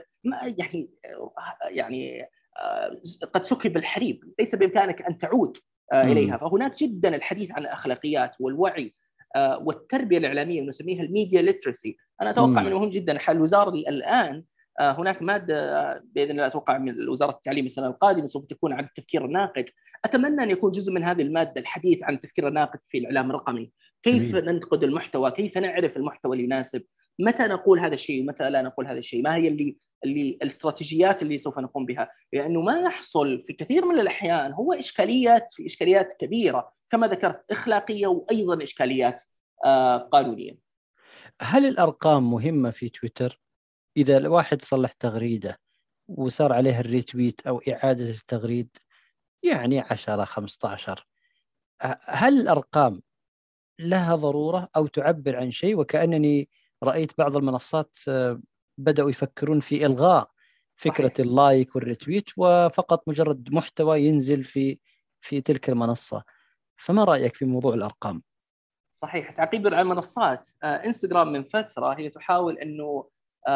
يعني قد سكب الحريب، ليس بإمكانك أن تعود إليها. فهناك جدا الحديث عن الأخلاقيات والوعي والتربية الإعلامية، نسميها الميديا ليترسي. أنا أتوقع من مهم جدا حال الوزارة الآن هناك مادة باذن الله اتوقع من وزارة التعليم السنة القادمة سوف تكون عن التفكير الناقد. اتمنى ان يكون جزء من هذه المادة الحديث عن التفكير الناقد في الاعلام الرقمي، كيف جميل. ننتقد المحتوى، كيف نعرف المحتوى اللي يناسب، متى نقول هذا الشيء ومتى لا نقول هذا الشيء، ما هي اللي الاستراتيجيات اللي سوف نقوم بها. لانه ما يحصل في كثير من الاحيان هو اشكاليات كبيره كما ذكرت، اخلاقيه وايضا اشكاليات قانونيه. هل الارقام مهمه في تويتر؟ اذا الواحد صلح تغريده وصار عليها الريتويت او اعاده التغريد، يعني 10 15، هل الارقام لها ضروره او تعبر عن شيء؟ وكانني رايت بعض المنصات بداوا يفكرون في الغاء فكره صحيح. اللايك والريتويت، وفقط مجرد محتوى ينزل في تلك المنصه. فما رايك في موضوع الارقام؟ صحيح. تعقيبا على المنصات، انستغرام من فتره هي تحاول انه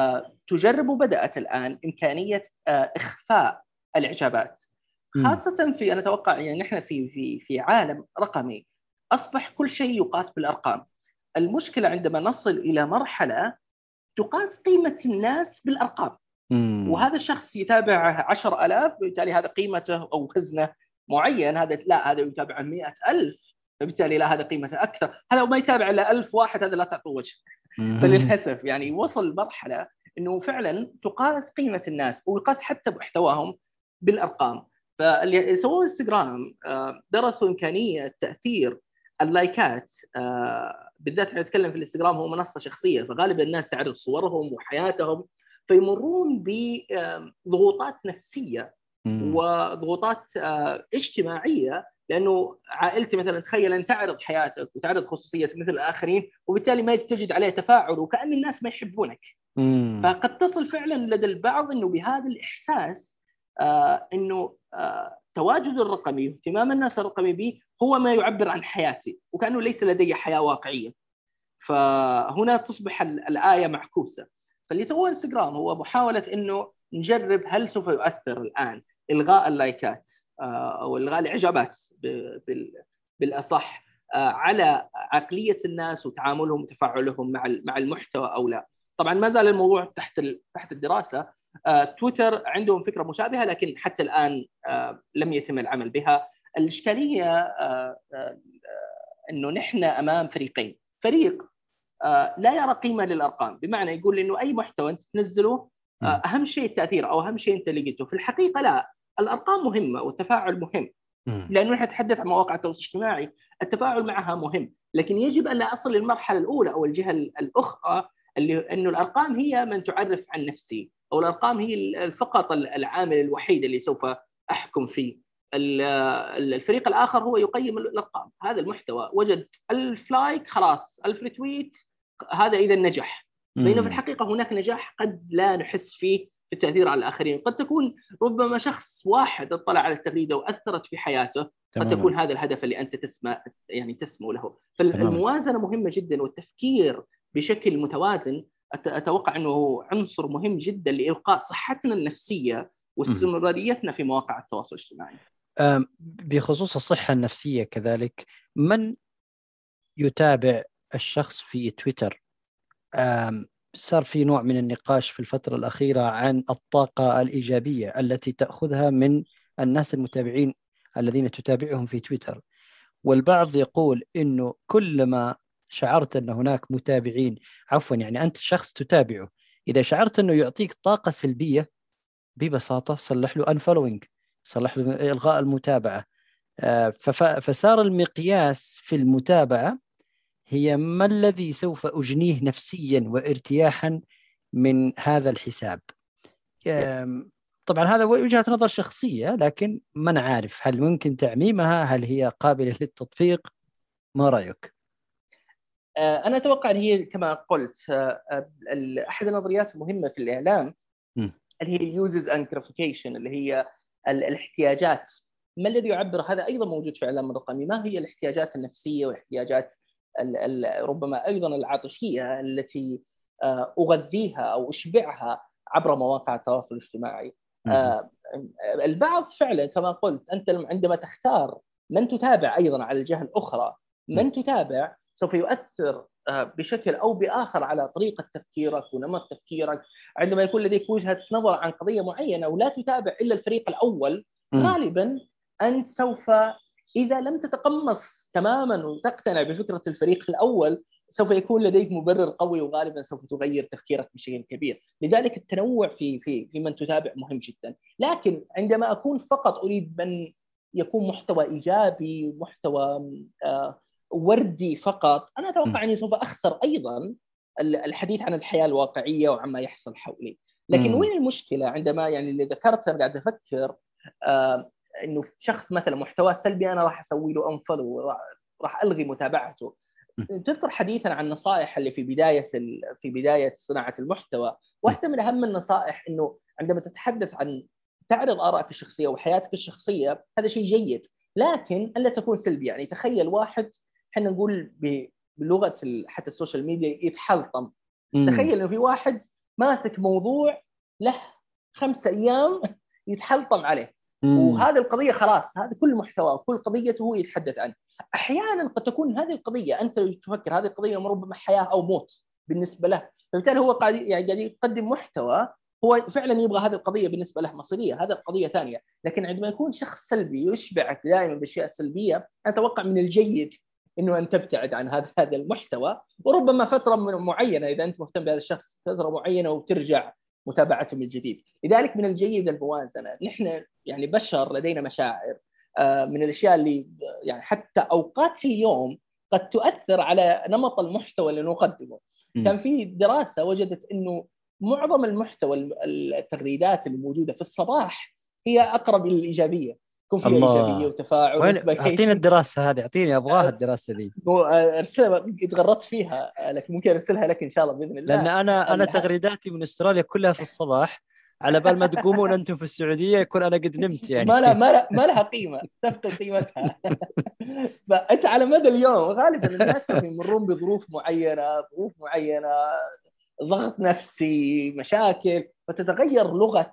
تجرب وبدات الان امكانيه اخفاء الاعجابات، خاصه في انا اتوقع يعني نحن في عالم رقمي اصبح كل شيء يقاس بالارقام. المشكله عندما نصل الى مرحله تقاس قيمه الناس بالارقام، وهذا الشخص يتابع 10,000 بالتالي هذا قيمته أو وزنه معين، هذا لا، هذا يتابع 100,000 فبالتالي لا، هذا قيمته أكثر، هذا ما يتابع إلا 1000 واحد، هذا لا تعطوه وجه. فللأسف يعني وصل مرحلة أنه فعلا تقاس قيمة الناس ويقاس حتى محتواهم بالأرقام. فاللي سووه انستغرام درسوا إمكانية تأثير اللايكات، بالذات نتكلم في الانستغرام هو منصة شخصية، فغالبا الناس تعرض صورهم وحياتهم، فيمرون بضغوطات نفسية وضغوطات اجتماعية، لأنه عائلتي مثلا تخيل أن تعرض حياتك وتعرض خصوصيتك مثل الآخرين، وبالتالي ما تجد عليه تفاعل وكأن الناس ما يحبونك. فقد تصل فعلا لدى البعض أنه بهذا الإحساس أنه تواجد الرقمي واهتمام الناس الرقمي به هو ما يعبر عن حياتي، وكأنه ليس لدي حياة واقعية. فهنا تصبح الآية معكوسة. فاللي سووه انستغرام هو محاولة انه نجرب هل سوف يؤثر الآن إلغاء اللايكات أو إلغاء الإعجابات بالأصح على عقلية الناس وتعاملهم وتفاعلهم مع المحتوى أو لا. طبعا ما زال الموضوع تحت الدراسة. تويتر عندهم فكرة مشابهة لكن حتى الآن لم يتم العمل بها. الإشكالية أنه نحن أمام فريقين، فريق لا يرى قيمة للأرقام، بمعنى يقول إنه أي محتوى أنت تنزله أهم شيء التأثير أو أهم شيء أنت لقيته. في الحقيقة لا، الأرقام مهمة والتفاعل مهم، لأنه نحن نتحدث عن مواقع التواصل الاجتماعي، التفاعل معها مهم، لكن يجب أن لا أصل للمرحلة الأولى أو الجهة الأخرى اللي إنه الأرقام هي من تعرف عن نفسي، أو الأرقام هي فقط العامل الوحيد اللي سوف أحكم فيه. الفريق الآخر هو يقيم الأرقام، هذا المحتوى وجد 1000 لايك خلاص 1000 ريتويت، هذا إذا نجح. بينما في الحقيقة هناك نجاح قد لا نحس فيه في التأثير على الآخرين، قد تكون ربما شخص واحد اطلع على التغريدة وأثرت في حياته، قد تكون هذا الهدف اللي أنت تسمو له. فالموازنة مهمة جدا، والتفكير بشكل متوازن أتوقع أنه عنصر مهم جدا لإلقاء صحتنا النفسية واستمراريتنا في مواقع التواصل الاجتماعي. بخصوص الصحة النفسية كذلك، من يتابع الشخص في تويتر؟ صار في نوع من النقاش في الفترة الأخيرة عن الطاقة الإيجابية التي تأخذها من الناس المتابعين الذين تتابعهم في تويتر، والبعض يقول إنه كلما شعرت أن هناك متابعين، عفوا يعني أنت شخص تتابعه، إذا شعرت أنه يعطيك طاقة سلبية ببساطة صلح له unfollowing، صلح له إلغاء المتابعة. فصار المقياس في المتابعة هي ما الذي سوف أجنيه نفسيا وارتياحا من هذا الحساب. طبعا هذا وجهة نظر شخصية، لكن ما نعرف هل ممكن تعميمها، هل هي قابلة للتطبيق؟ ما رأيك؟ أنا أتوقع أن هي كما قلت أحد النظريات المهمة في الإعلام اللي هي اليوزز اند كرافيكيشن، اللي هي الاحتياجات. ما الذي يعبر؟ هذا أيضا موجود في الإعلام الرقمي. ما هي الاحتياجات النفسية والاحتياجات ربما أيضا العاطفية التي أغذيها أو أشبعها عبر مواقع التواصل الاجتماعي؟ البعض فعلا كما قلت أنت عندما تختار من تتابع أيضا على الجهة الأخرى، من تتابع سوف يؤثر بشكل أو بآخر على طريقة تفكيرك ونمط تفكيرك. عندما يكون لديك وجهة نظر عن قضية معينة ولا تتابع إلا الفريق الأول، غالبا أنت سوف، إذا لم تتقمص تماما وتقتنع بفكرة الفريق الأول، سوف يكون لديك مبرر قوي، وغالبا سوف تغير تفكيرك بشكل كبير. لذلك التنوع في من تتابع مهم جدا. لكن عندما أكون فقط أريد من يكون محتوى إيجابي، محتوى وردي فقط، أنا أتوقع أني سوف أخسر أيضا الحديث عن الحياة الواقعية وعما يحصل حولي. لكن وين المشكلة؟ عندما يعني اللي ذكرت، أنا قاعد أفكر إنه شخص مثلا محتوى سلبي، أنا راح أسوي له أنفولو، راح ألغي متابعته. تذكر حديثا عن النصائح اللي في بداية صناعة المحتوى، واحدة من أهم النصائح إنه عندما تتحدث عن تعرض آرائك الشخصية وحياتك الشخصية، هذا شيء جيد، لكن ألا تكون سلبي. يعني تخيل واحد، احنا نقول بلغة حتى السوشيال ميديا، يتحلطم. تخيل إنه في واحد ماسك موضوع له 5 أيام يتحلطم عليه، وهذه القضية خلاص، هذا كل محتوى كل قضيته هو يتحدث عنه. أحيانا قد تكون هذه القضية، أنت تفكر هذه القضية ربما حياة أو موت بالنسبة له، فبالتالي هو قاعد يقدم محتوى هو فعلا يبغى هذه القضية بالنسبة له مصيرية، هذا قضية ثانية. لكن عندما يكون شخص سلبي يشبعك دائما بالأشياء السلبية، أنا أتوقع من الجيد إنه أن تبتعد عن هذا المحتوى، وربما فترة معينة إذا أنت مهتم بهذا الشخص، فترة معينة وترجع متابعته من جديد. لذلك من الجيد الموازنة. نحن يعني بشر لدينا مشاعر، من الأشياء اللي يعني حتى أوقات اليوم قد تؤثر على نمط المحتوى اللي نقدمه. كان في دراسة وجدت إنه معظم المحتوى التغريدات اللي موجودة في الصباح هي أقرب للإيجابية، يكون فيها إيجابية وتفاعل. أعطينا الدراسة هذه، أعطيني، أبغاها الدراسة دي. أرسلها، اتغردت فيها، لكن ممكن أرسلها لك إن شاء الله بإذن الله. لأن أنا تغريداتي من أستراليا كلها في الصباح، على بال ما تقومون أنتم في السعودية يكون أنا قد نمت يعني. ما لها قيمة، تفقد قيمتها. فأنت على مدى اليوم غالبا الناس يمرون بظروف معينة، ضغط نفسي، مشاكل، فتتغير لغة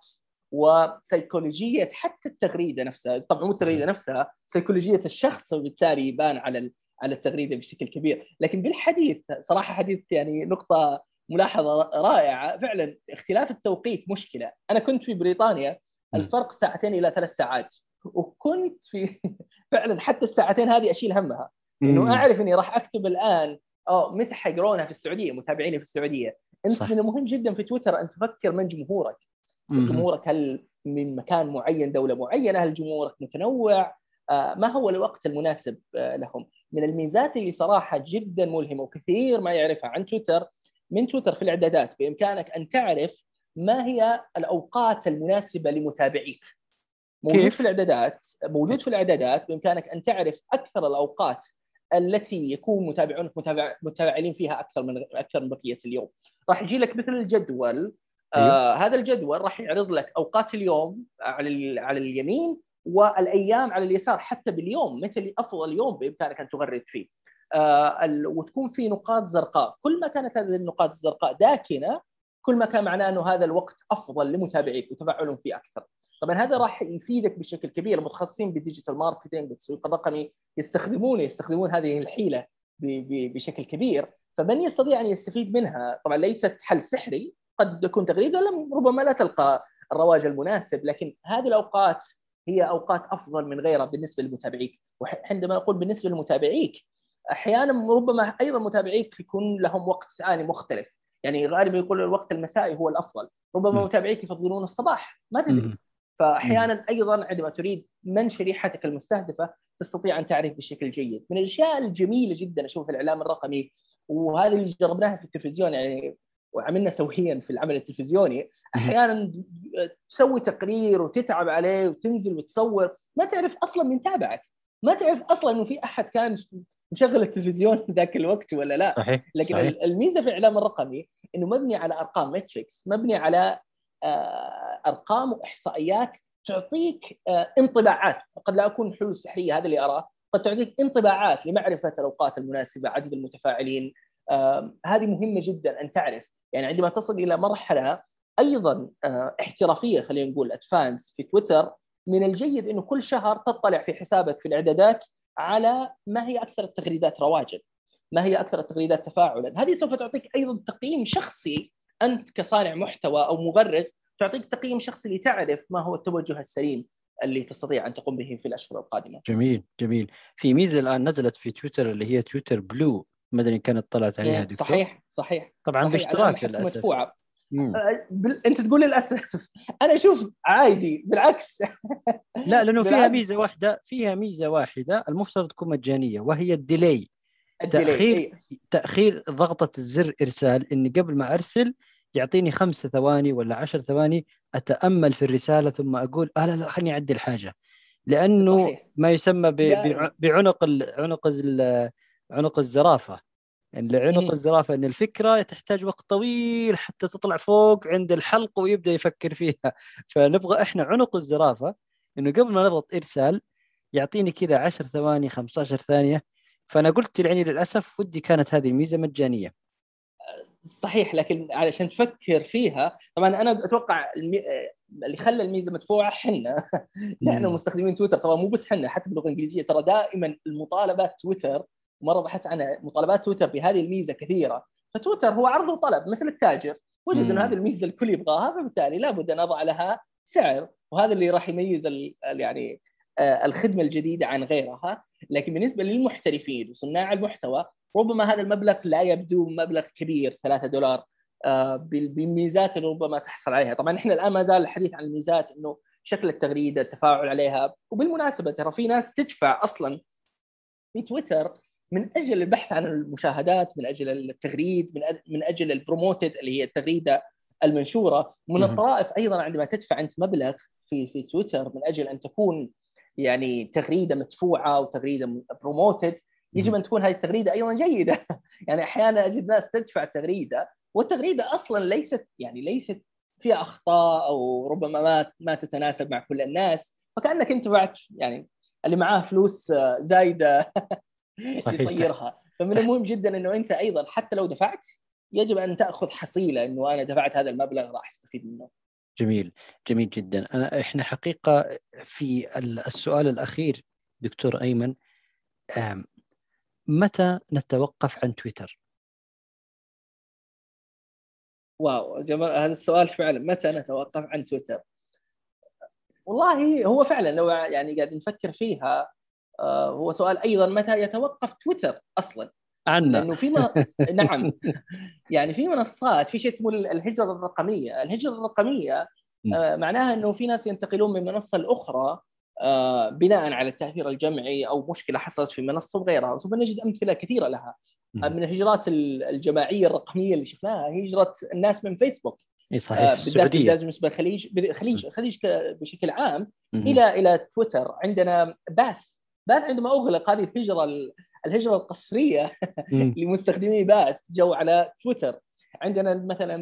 وسيكولوجية حتى التغريدة نفسها. طبعا مو التغريدة نفسها، سيكولوجية الشخص، وبالتالي يبان على التغريدة بشكل كبير. لكن بالحديث صراحة حديث يعني نقطة ملاحظة رائعة فعلا، اختلاف التوقيت مشكلة. أنا كنت في بريطانيا، الفرق 2 إلى 3 ساعات، وكنت في فعلا حتى الساعتين هذه أشيل همها، إنه أعرف إني راح أكتب الآن متى حيقرونها في السعودية، متابعيني في السعودية. أنت صح. من المهم جدا في تويتر أن تفكر من جمهورك. جمهورك هل من مكان معين، دولة معينة؟ هل جمهورك متنوع؟ ما هو الوقت المناسب لهم؟ من الميزات اللي صراحة جدا ملهمة وكثير ما يعرفها عن تويتر، من تويتر في الإعدادات بإمكانك أن تعرف ما هي الأوقات المناسبة لمتابعيك. موجود في الإعدادات بإمكانك أن تعرف أكثر الأوقات التي يكون متابعونك متابعين فيها أكثر من بقية اليوم. راح يجي لك مثل الجدول. أيوه. هذا الجدول راح يعرض لك أوقات اليوم على اليمين، والأيام على اليسار. حتى باليوم مثل أفضل يوم بإمكانك أن تغرد فيه، وتكون في نقاط زرقاء. كل ما كانت هذه النقاط الزرقاء داكنة، كل ما كان معناه أنه هذا الوقت أفضل لمتابعيك وتفاعلهم فيه أكثر. طبعا هذا راح يفيدك بشكل كبير. المتخصصين بالديجيتال ماركتينج، بالتسويق الرقمي، يستخدمون هذه الحيلة بشكل كبير. فمن يستطيع أن يستفيد منها، طبعا ليست حل سحري، قد يكون تغريدة ربما لا تلقى الرواج المناسب، لكن هذه الأوقات هي أوقات أفضل من غيرها بالنسبة لمتابعيك. وعندما نقول بالنسبة لمتابعيك، أحيانا ربما أيضا متابعيك يكون لهم وقت ثاني مختلف. يعني غالبا يقول الوقت المسائي هو الأفضل، ربما متابعيك يفضلون الصباح، ما تدري. فأحيانا أيضا عندما تريد من شريحتك المستهدفة تستطيع أن تعرف بشكل جيد. من الأشياء الجميلة جدا أشوف في الإعلام الرقمي، وهذا اللي جربناها في التلفزيون يعني وعملنا سويا في العمل التلفزيوني، أحيانا تسوي تقرير وتتعب عليه وتنزل وتصور، ما تعرف أصلا من تابعك، ما تعرف أصلا إنه في أحد كان مشغل التلفزيون ذاك الوقت ولا لا. صحيح. لكن صحيح. الميزة في الإعلام الرقمي إنه مبني على أرقام ماتريكس، مبني على أرقام وإحصائيات تعطيك انطباعات. قد لا أكون حلول سحرية، هذا اللي أراه، قد تعطيك انطباعات لمعرفة الأوقات المناسبة، عدد المتفاعلين. هذه مهمة جدا أن تعرف. يعني عندما تصل إلى مرحلة أيضا احترافية، خلينا نقول أدفانس في تويتر، من الجيد أنه كل شهر تطلع في حسابك في الإعدادات على ما هي أكثر التغريدات رواجا. ما هي اكثر التغريدات تفاعلا. هذه سوف تعطيك ايضا تقييم شخصي، انت كصانع محتوى او مبرر تعطيك تقييم شخصي لتعرف ما هو التوجه السليم اللي تستطيع ان تقوم به في الاشهر القادمه. جميل جميل. في ميزه الان نزلت في تويتر اللي هي تويتر بلو، ما ادري ان كانت طلعت عليها دكتور. صحيح صحيح طبعا صحيح. الان باشتراك حتى للاسف. مدفوعه. انت تقول للاسف انا اشوف عادي بالعكس. لا، لانه فيها بالعكس. ميزه واحده، فيها ميزه واحده المفترض تكون مجانيه، وهي الديلي. الديلي تاخير، اي. تاخير ضغطه الزر ارسال، اني قبل ما ارسل يعطيني 5 ثواني ولا 10 ثواني اتامل في الرساله ثم اقول لا لا خليني اعدل حاجه. لانه صحيح. ما يسمى دائما. بعنق عنق الزرافه. يعني عنق مهم. الزرافه ان الفكره تحتاج وقت طويل حتى تطلع فوق عند الحلق ويبدا يفكر فيها. فنبغى احنا عنق الزرافه، انه قبل ما نضغط ارسال يعطيني كذا 10 ثواني 15 ثانيه. فانا قلت يعني للاسف ودي كانت هذه الميزه مجانيه. صحيح، لكن علشان تفكر فيها طبعا انا اتوقع اللي خلى الميزه مدفوعه حنا نحن مم. مستخدمين تويتر، طبعا مو بس حنا، حتى باللغه الانجليزيه ترى دائما المطالبات تويتر، مره بحثت عنها، مطالبات تويتر بهذه الميزه كثيره. فتويتر هو عرض وطلب مثل التاجر، وجد انه هذه مم. الميزه الكل يبغاها، فبالتالي لابد ان اضع لها سعر، وهذا اللي راح يميز يعني الخدمه الجديده عن غيرها. لكن بالنسبه للمحترفين وصناع المحتوى ربما هذا المبلغ لا يبدو مبلغ كبير، $3 بالميزات اللي ربما تحصل عليها. طبعا احنا الان ما زال الحديث عن الميزات، انه شكل التغريده، التفاعل عليها. وبالمناسبه ترى في ناس تدفع اصلا في تويتر من اجل البحث عن المشاهدات، من اجل التغريد، من اجل البروموتد اللي هي التغريده المنشوره. ومن مم. الطرائف ايضا عندما تدفع انت مبلغ في تويتر من اجل ان تكون يعني تغريده مدفوعه وتغريده بروموتد، يجب مم. ان تكون هذه التغريده ايضا جيده. يعني احيانا اجد ناس تدفع تغريده والتغريده اصلا ليست فيها اخطاء، او ربما ما تتناسب مع كل الناس، فكانك انت بعت يعني اللي معاه فلوس زايده صحيح. يطيرها. فمن تحت. المهم جدا انه انت ايضا حتى لو دفعت يجب ان تاخذ حصيله، انه انا دفعت هذا المبلغ راح استفيد منه. جميل جميل جدا. احنا حقيقه في السؤال الاخير دكتور ايمن، آم، متى نتوقف عن تويتر؟ واو جمال، هذا السؤال فعلا، متى نتوقف عن تويتر؟ والله هو فعلا لو يعني قاعد نفكر فيها، هو سؤال ايضا متى يتوقف تويتر اصلا. عنا. لانه نعم، يعني في منصات، في شيء اسمه الهجره الرقميه. الهجره الرقميه معناها انه في ناس ينتقلون من منصه لاخرى بناء على التاثير الجمعي او مشكله حصلت في منصه وغيرها. وسوف نجد امثله كثيره لها. من الهجرات الجماعيه الرقميه اللي شفناها هجره الناس من فيسبوك، اي صحيح، في بالذات السعوديه. بالنسبه الخليج بشكل عام، مم. الى تويتر. عندنا باث عندما اغلق هذه الهجره القسريه مم. لمستخدمي باث جو على تويتر. عندنا مثلا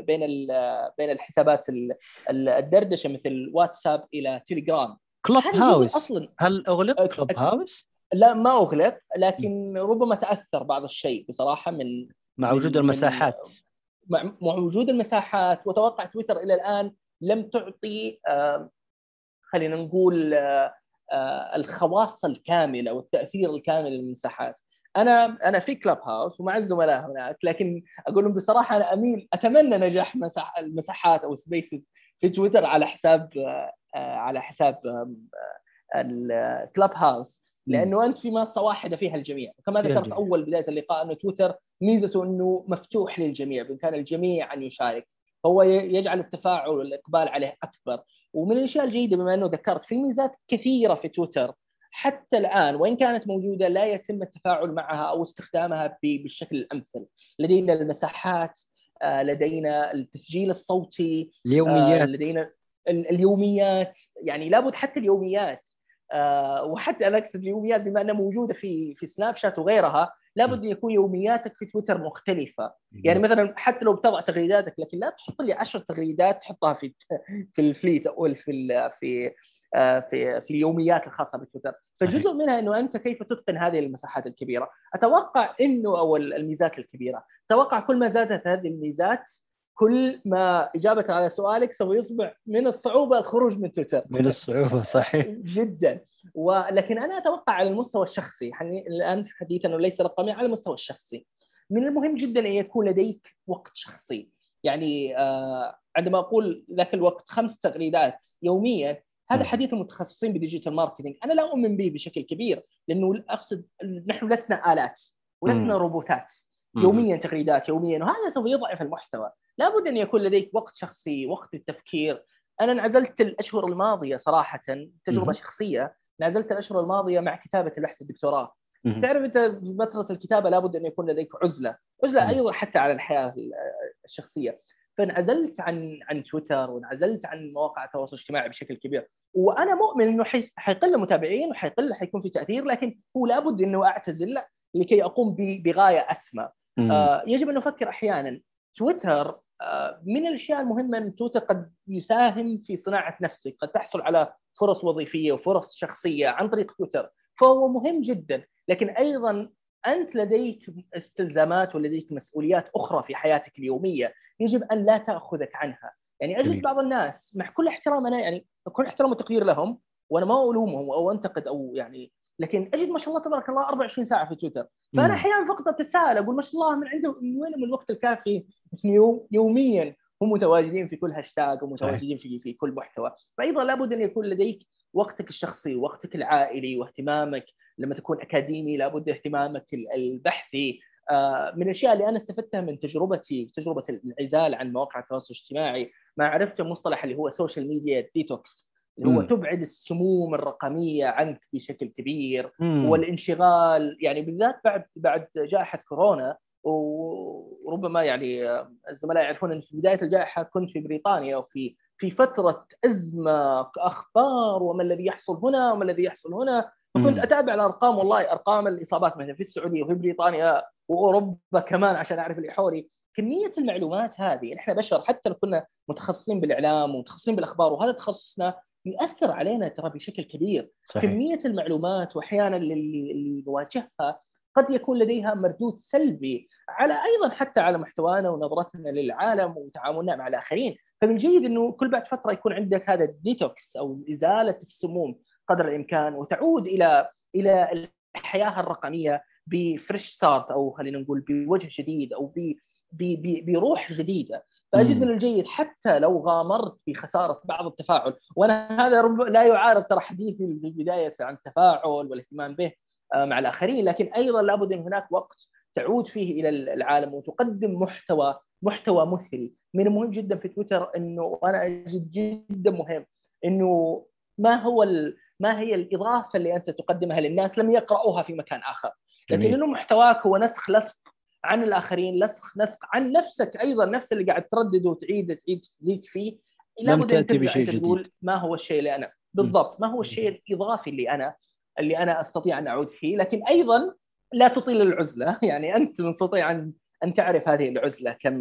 بين الحسابات الدردشه مثل واتساب الى تليجرام. كلوب هذه جزء هاوس، اصلا. هل اغلق كلوب هاوس لا ما اغلق، لكن ربما تاثر بعض الشيء بصراحه مع وجود من المساحات؟ مع وجود المساحات. وتوقع تويتر الى الان لم تعطي خلينا نقول الخواص الكامله والتاثير الكامل للمساحات. انا في كلاب هاوس ومع الزملاء هناك، لكن اقول لهم بصراحه انا اتمنى نجاح المساحات او سبيسز في تويتر على حساب الكلاب هاوس، مم. لانه انت في منصه واحده فيها الجميع. وكما فيها ذكرت الجميع. اول بدايه اللقاء انه تويتر ميزته انه مفتوح للجميع، بامكان الجميع ان يشارك، فهو يجعل التفاعل والاقبال عليه اكبر. ومن الاشياء الجيده بما انه ذكرت في ميزات كثيره في تويتر حتى الان وان كانت موجوده لا يتم التفاعل معها او استخدامها بالشكل الامثل. لدينا المساحات، لدينا التسجيل الصوتي، اليوميات. لدينا اليوميات. يعني لابد حتى اليوميات، وحتى انا اقصد اليوميات بما انها موجوده في سناب شات وغيرها، لابد ان يكون يومياتك في تويتر مختلفه. يعني مم. مثلا حتى لو بتضع تغريداتك، لكن لا تحط لي 10 تغريدات تحطها في الفليت او في اليوميات الخاصه بتويتر. صحيح. فجزء منها انه انت كيف تتقن هذه المساحات الكبيره. اتوقع انه او الميزات الكبيره، اتوقع كل ما زادت هذه الميزات كل ما إجابة على سؤالك سوف يصبح من الصعوبة الخروج من تويتر. من الصعوبة صحيح جدا. ولكن أنا أتوقع على المستوى الشخصي، يعني الآن حديثا وليس رقمي، على المستوى الشخصي من المهم جدا أن يكون لديك وقت شخصي. يعني عندما أقول ذاك الوقت 5 تغريدات يوميا، هذا حديث المتخصصين بديجيتال ماركتينج، أنا لا أؤمن به بشكل كبير، لأنه أقصد نحن لسنا آلات ولسنا روبوتات. يوميا تغريدات يوميا، وهذا سوف يضعف المحتوى. لابد أن يكون لديك وقت شخصي، وقت التفكير. أنا انعزلت الأشهر الماضية صراحة، تجربة شخصية، انعزلت الأشهر الماضية مع كتابة بحث الدكتوراه. تعرف أنت في فترة الكتابة لابد أن يكون لديك عزلة أيضا حتى على الحياة الشخصية. فانعزلت عن تويتر، وانعزلت عن مواقع التواصل الاجتماعي بشكل كبير. وأنا مؤمن إنه حيقل متابعين حيكون في تأثير، لكن هو لابد إنه أعتزل لكي أقوم بغاية أسمى. يجب أن نفكر أحيانا. تويتر من الأشياء المهمة أن تويتر قد يساهم في صناعة نفسك، قد تحصل على فرص وظيفية وفرص شخصية عن طريق تويتر، فهو مهم جدا. لكن أيضا أنت لديك استلزامات ولديك مسؤوليات أخرى في حياتك اليومية يجب أن لا تأخذك عنها. يعني أجد بعض الناس، مع كل احترام، أنا يعني كل احترام وتقدير لهم، وأنا ما ألومهم أو أنتقد أو يعني، لكن أجد ما شاء الله تبارك الله 24 ساعة في تويتر. فأنا أحيانا فقط أتساءل، أقول ما شاء الله من عنده من وين من الوقت الكافي يوميا هم متواجدين في كل هاشتاج ومتواجدين في كل محتوى. فأيضا لابد أن يكون لديك وقتك الشخصي ووقتك العائلي واهتمامك. لما تكون أكاديمي لابد اهتمامك البحثي. من الأشياء اللي أنا استفدتها من تجربة الانعزال عن مواقع التواصل الاجتماعي، ما عرفت مصطلح اللي هو سوشيال ميديا ديتوكس، اللي هو تبعد السموم الرقمية عنك بشكل كبير. والانشغال يعني بالذات بعد جائحة كورونا، وربما يعني الزملاء يعرفون أن في بداية الجائحة كنت في بريطانيا، وفي فترة أزمة أخبار وما الذي يحصل هنا وما الذي يحصل هنا. فكنت أتابع الأرقام، والله أرقام الإصابات مثلا في السعودية وفي بريطانيا وأوروبا كمان عشان أعرف اللي حولي. كمية المعلومات هذه، إحنا بشر حتى لو كنا متخصصين بالإعلام ومتخصصين بالأخبار وهذا تخصصنا، يؤثر علينا ترى بشكل كبير. صحيح. كمية المعلومات وأحيانا اللي نواجهها قد يكون لديها مردود سلبي على أيضا حتى على محتوانا ونظرتنا للعالم وتعاملنا مع الآخرين. فمن جيد أنه كل بعد فترة يكون عندك هذا الديتوكس أو إزالة السموم قدر الإمكان، وتعود إلى الحياة الرقمية بفريش ستارت، أو خلينا نقول بوجه جديد، أو بروح جديدة. فأجد من الجيد حتى لو غامرت بخسارة بعض التفاعل، وأنا هذا لا يعارض ترى حديثي بالبداية عن التفاعل والاهتمام به مع الآخرين، لكن أيضا لابد أن هناك وقت تعود فيه إلى العالم وتقدم محتوى مثري. من المهم جدا في تويتر أنه أنا أجد جدا مهم أنه ما هي الإضافة اللي أنت تقدمها للناس لم يقرأوها في مكان آخر، لكن إنه محتواك هو نسخ لصق عن الآخرين، نسخ عن نفسك أيضا، نفس اللي قاعد تردد وتعيد تزيد فيه. لم تأتي بشيء جديد. تقول ما هو الشيء اللي أنا بالضبط، ما هو الشيء الإضافي اللي أنا أستطيع أن أعود فيه. لكن أيضا لا تطيل العزلة، يعني أنت مستطيع أن تعرف هذه العزلة كم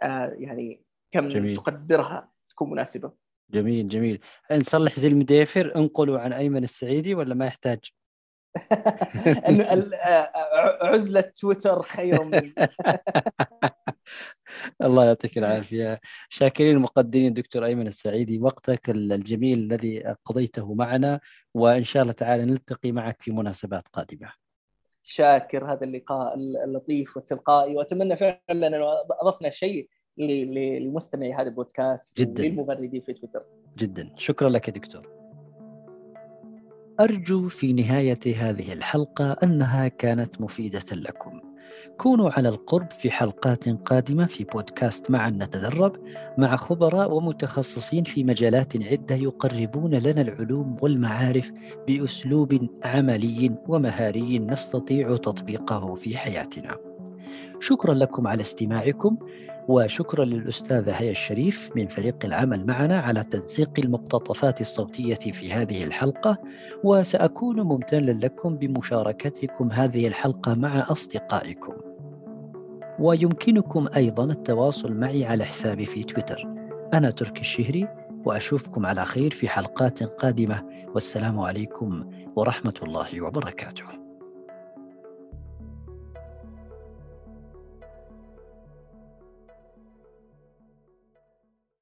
جميل. تقدرها تكون مناسبة. جميل. نصلح زي المدافر، انقلوا عن أيمن السعيدي ولا ما يحتاج؟ أن عزلة تويتر خير من الله يعطيك العافية. شاكرين المقدمين دكتور أيمن السعيدي وقتك الجميل الذي قضيته معنا، وإن شاء الله تعالى نلتقي معك في مناسبات قادمة. شاكر هذا اللقاء اللطيف والتلقائي، وأتمنى فعلا أن أضفنا شيء للمستمعي هذا البودكاست وللمغردين في تويتر. جدا شكرا لك يا دكتور. أرجو في نهاية هذه الحلقة أنها كانت مفيدة لكم. كونوا على القرب في حلقات قادمة في بودكاست معا نتدرب، مع خبراء ومتخصصين في مجالات عدة يقربون لنا العلوم والمعارف بأسلوب عملي ومهاري نستطيع تطبيقه في حياتنا. شكرا لكم على استماعكم، وشكرا للأستاذة هيا الشريف من فريق العمل معنا على تنسيق المقتطفات الصوتية في هذه الحلقة. وسأكون ممتنا لكم بمشاركتكم هذه الحلقة مع أصدقائكم. ويمكنكم أيضا التواصل معي على حسابي في تويتر، أنا تركي الشهري، وأشوفكم على خير في حلقات قادمة، والسلام عليكم ورحمة الله وبركاته.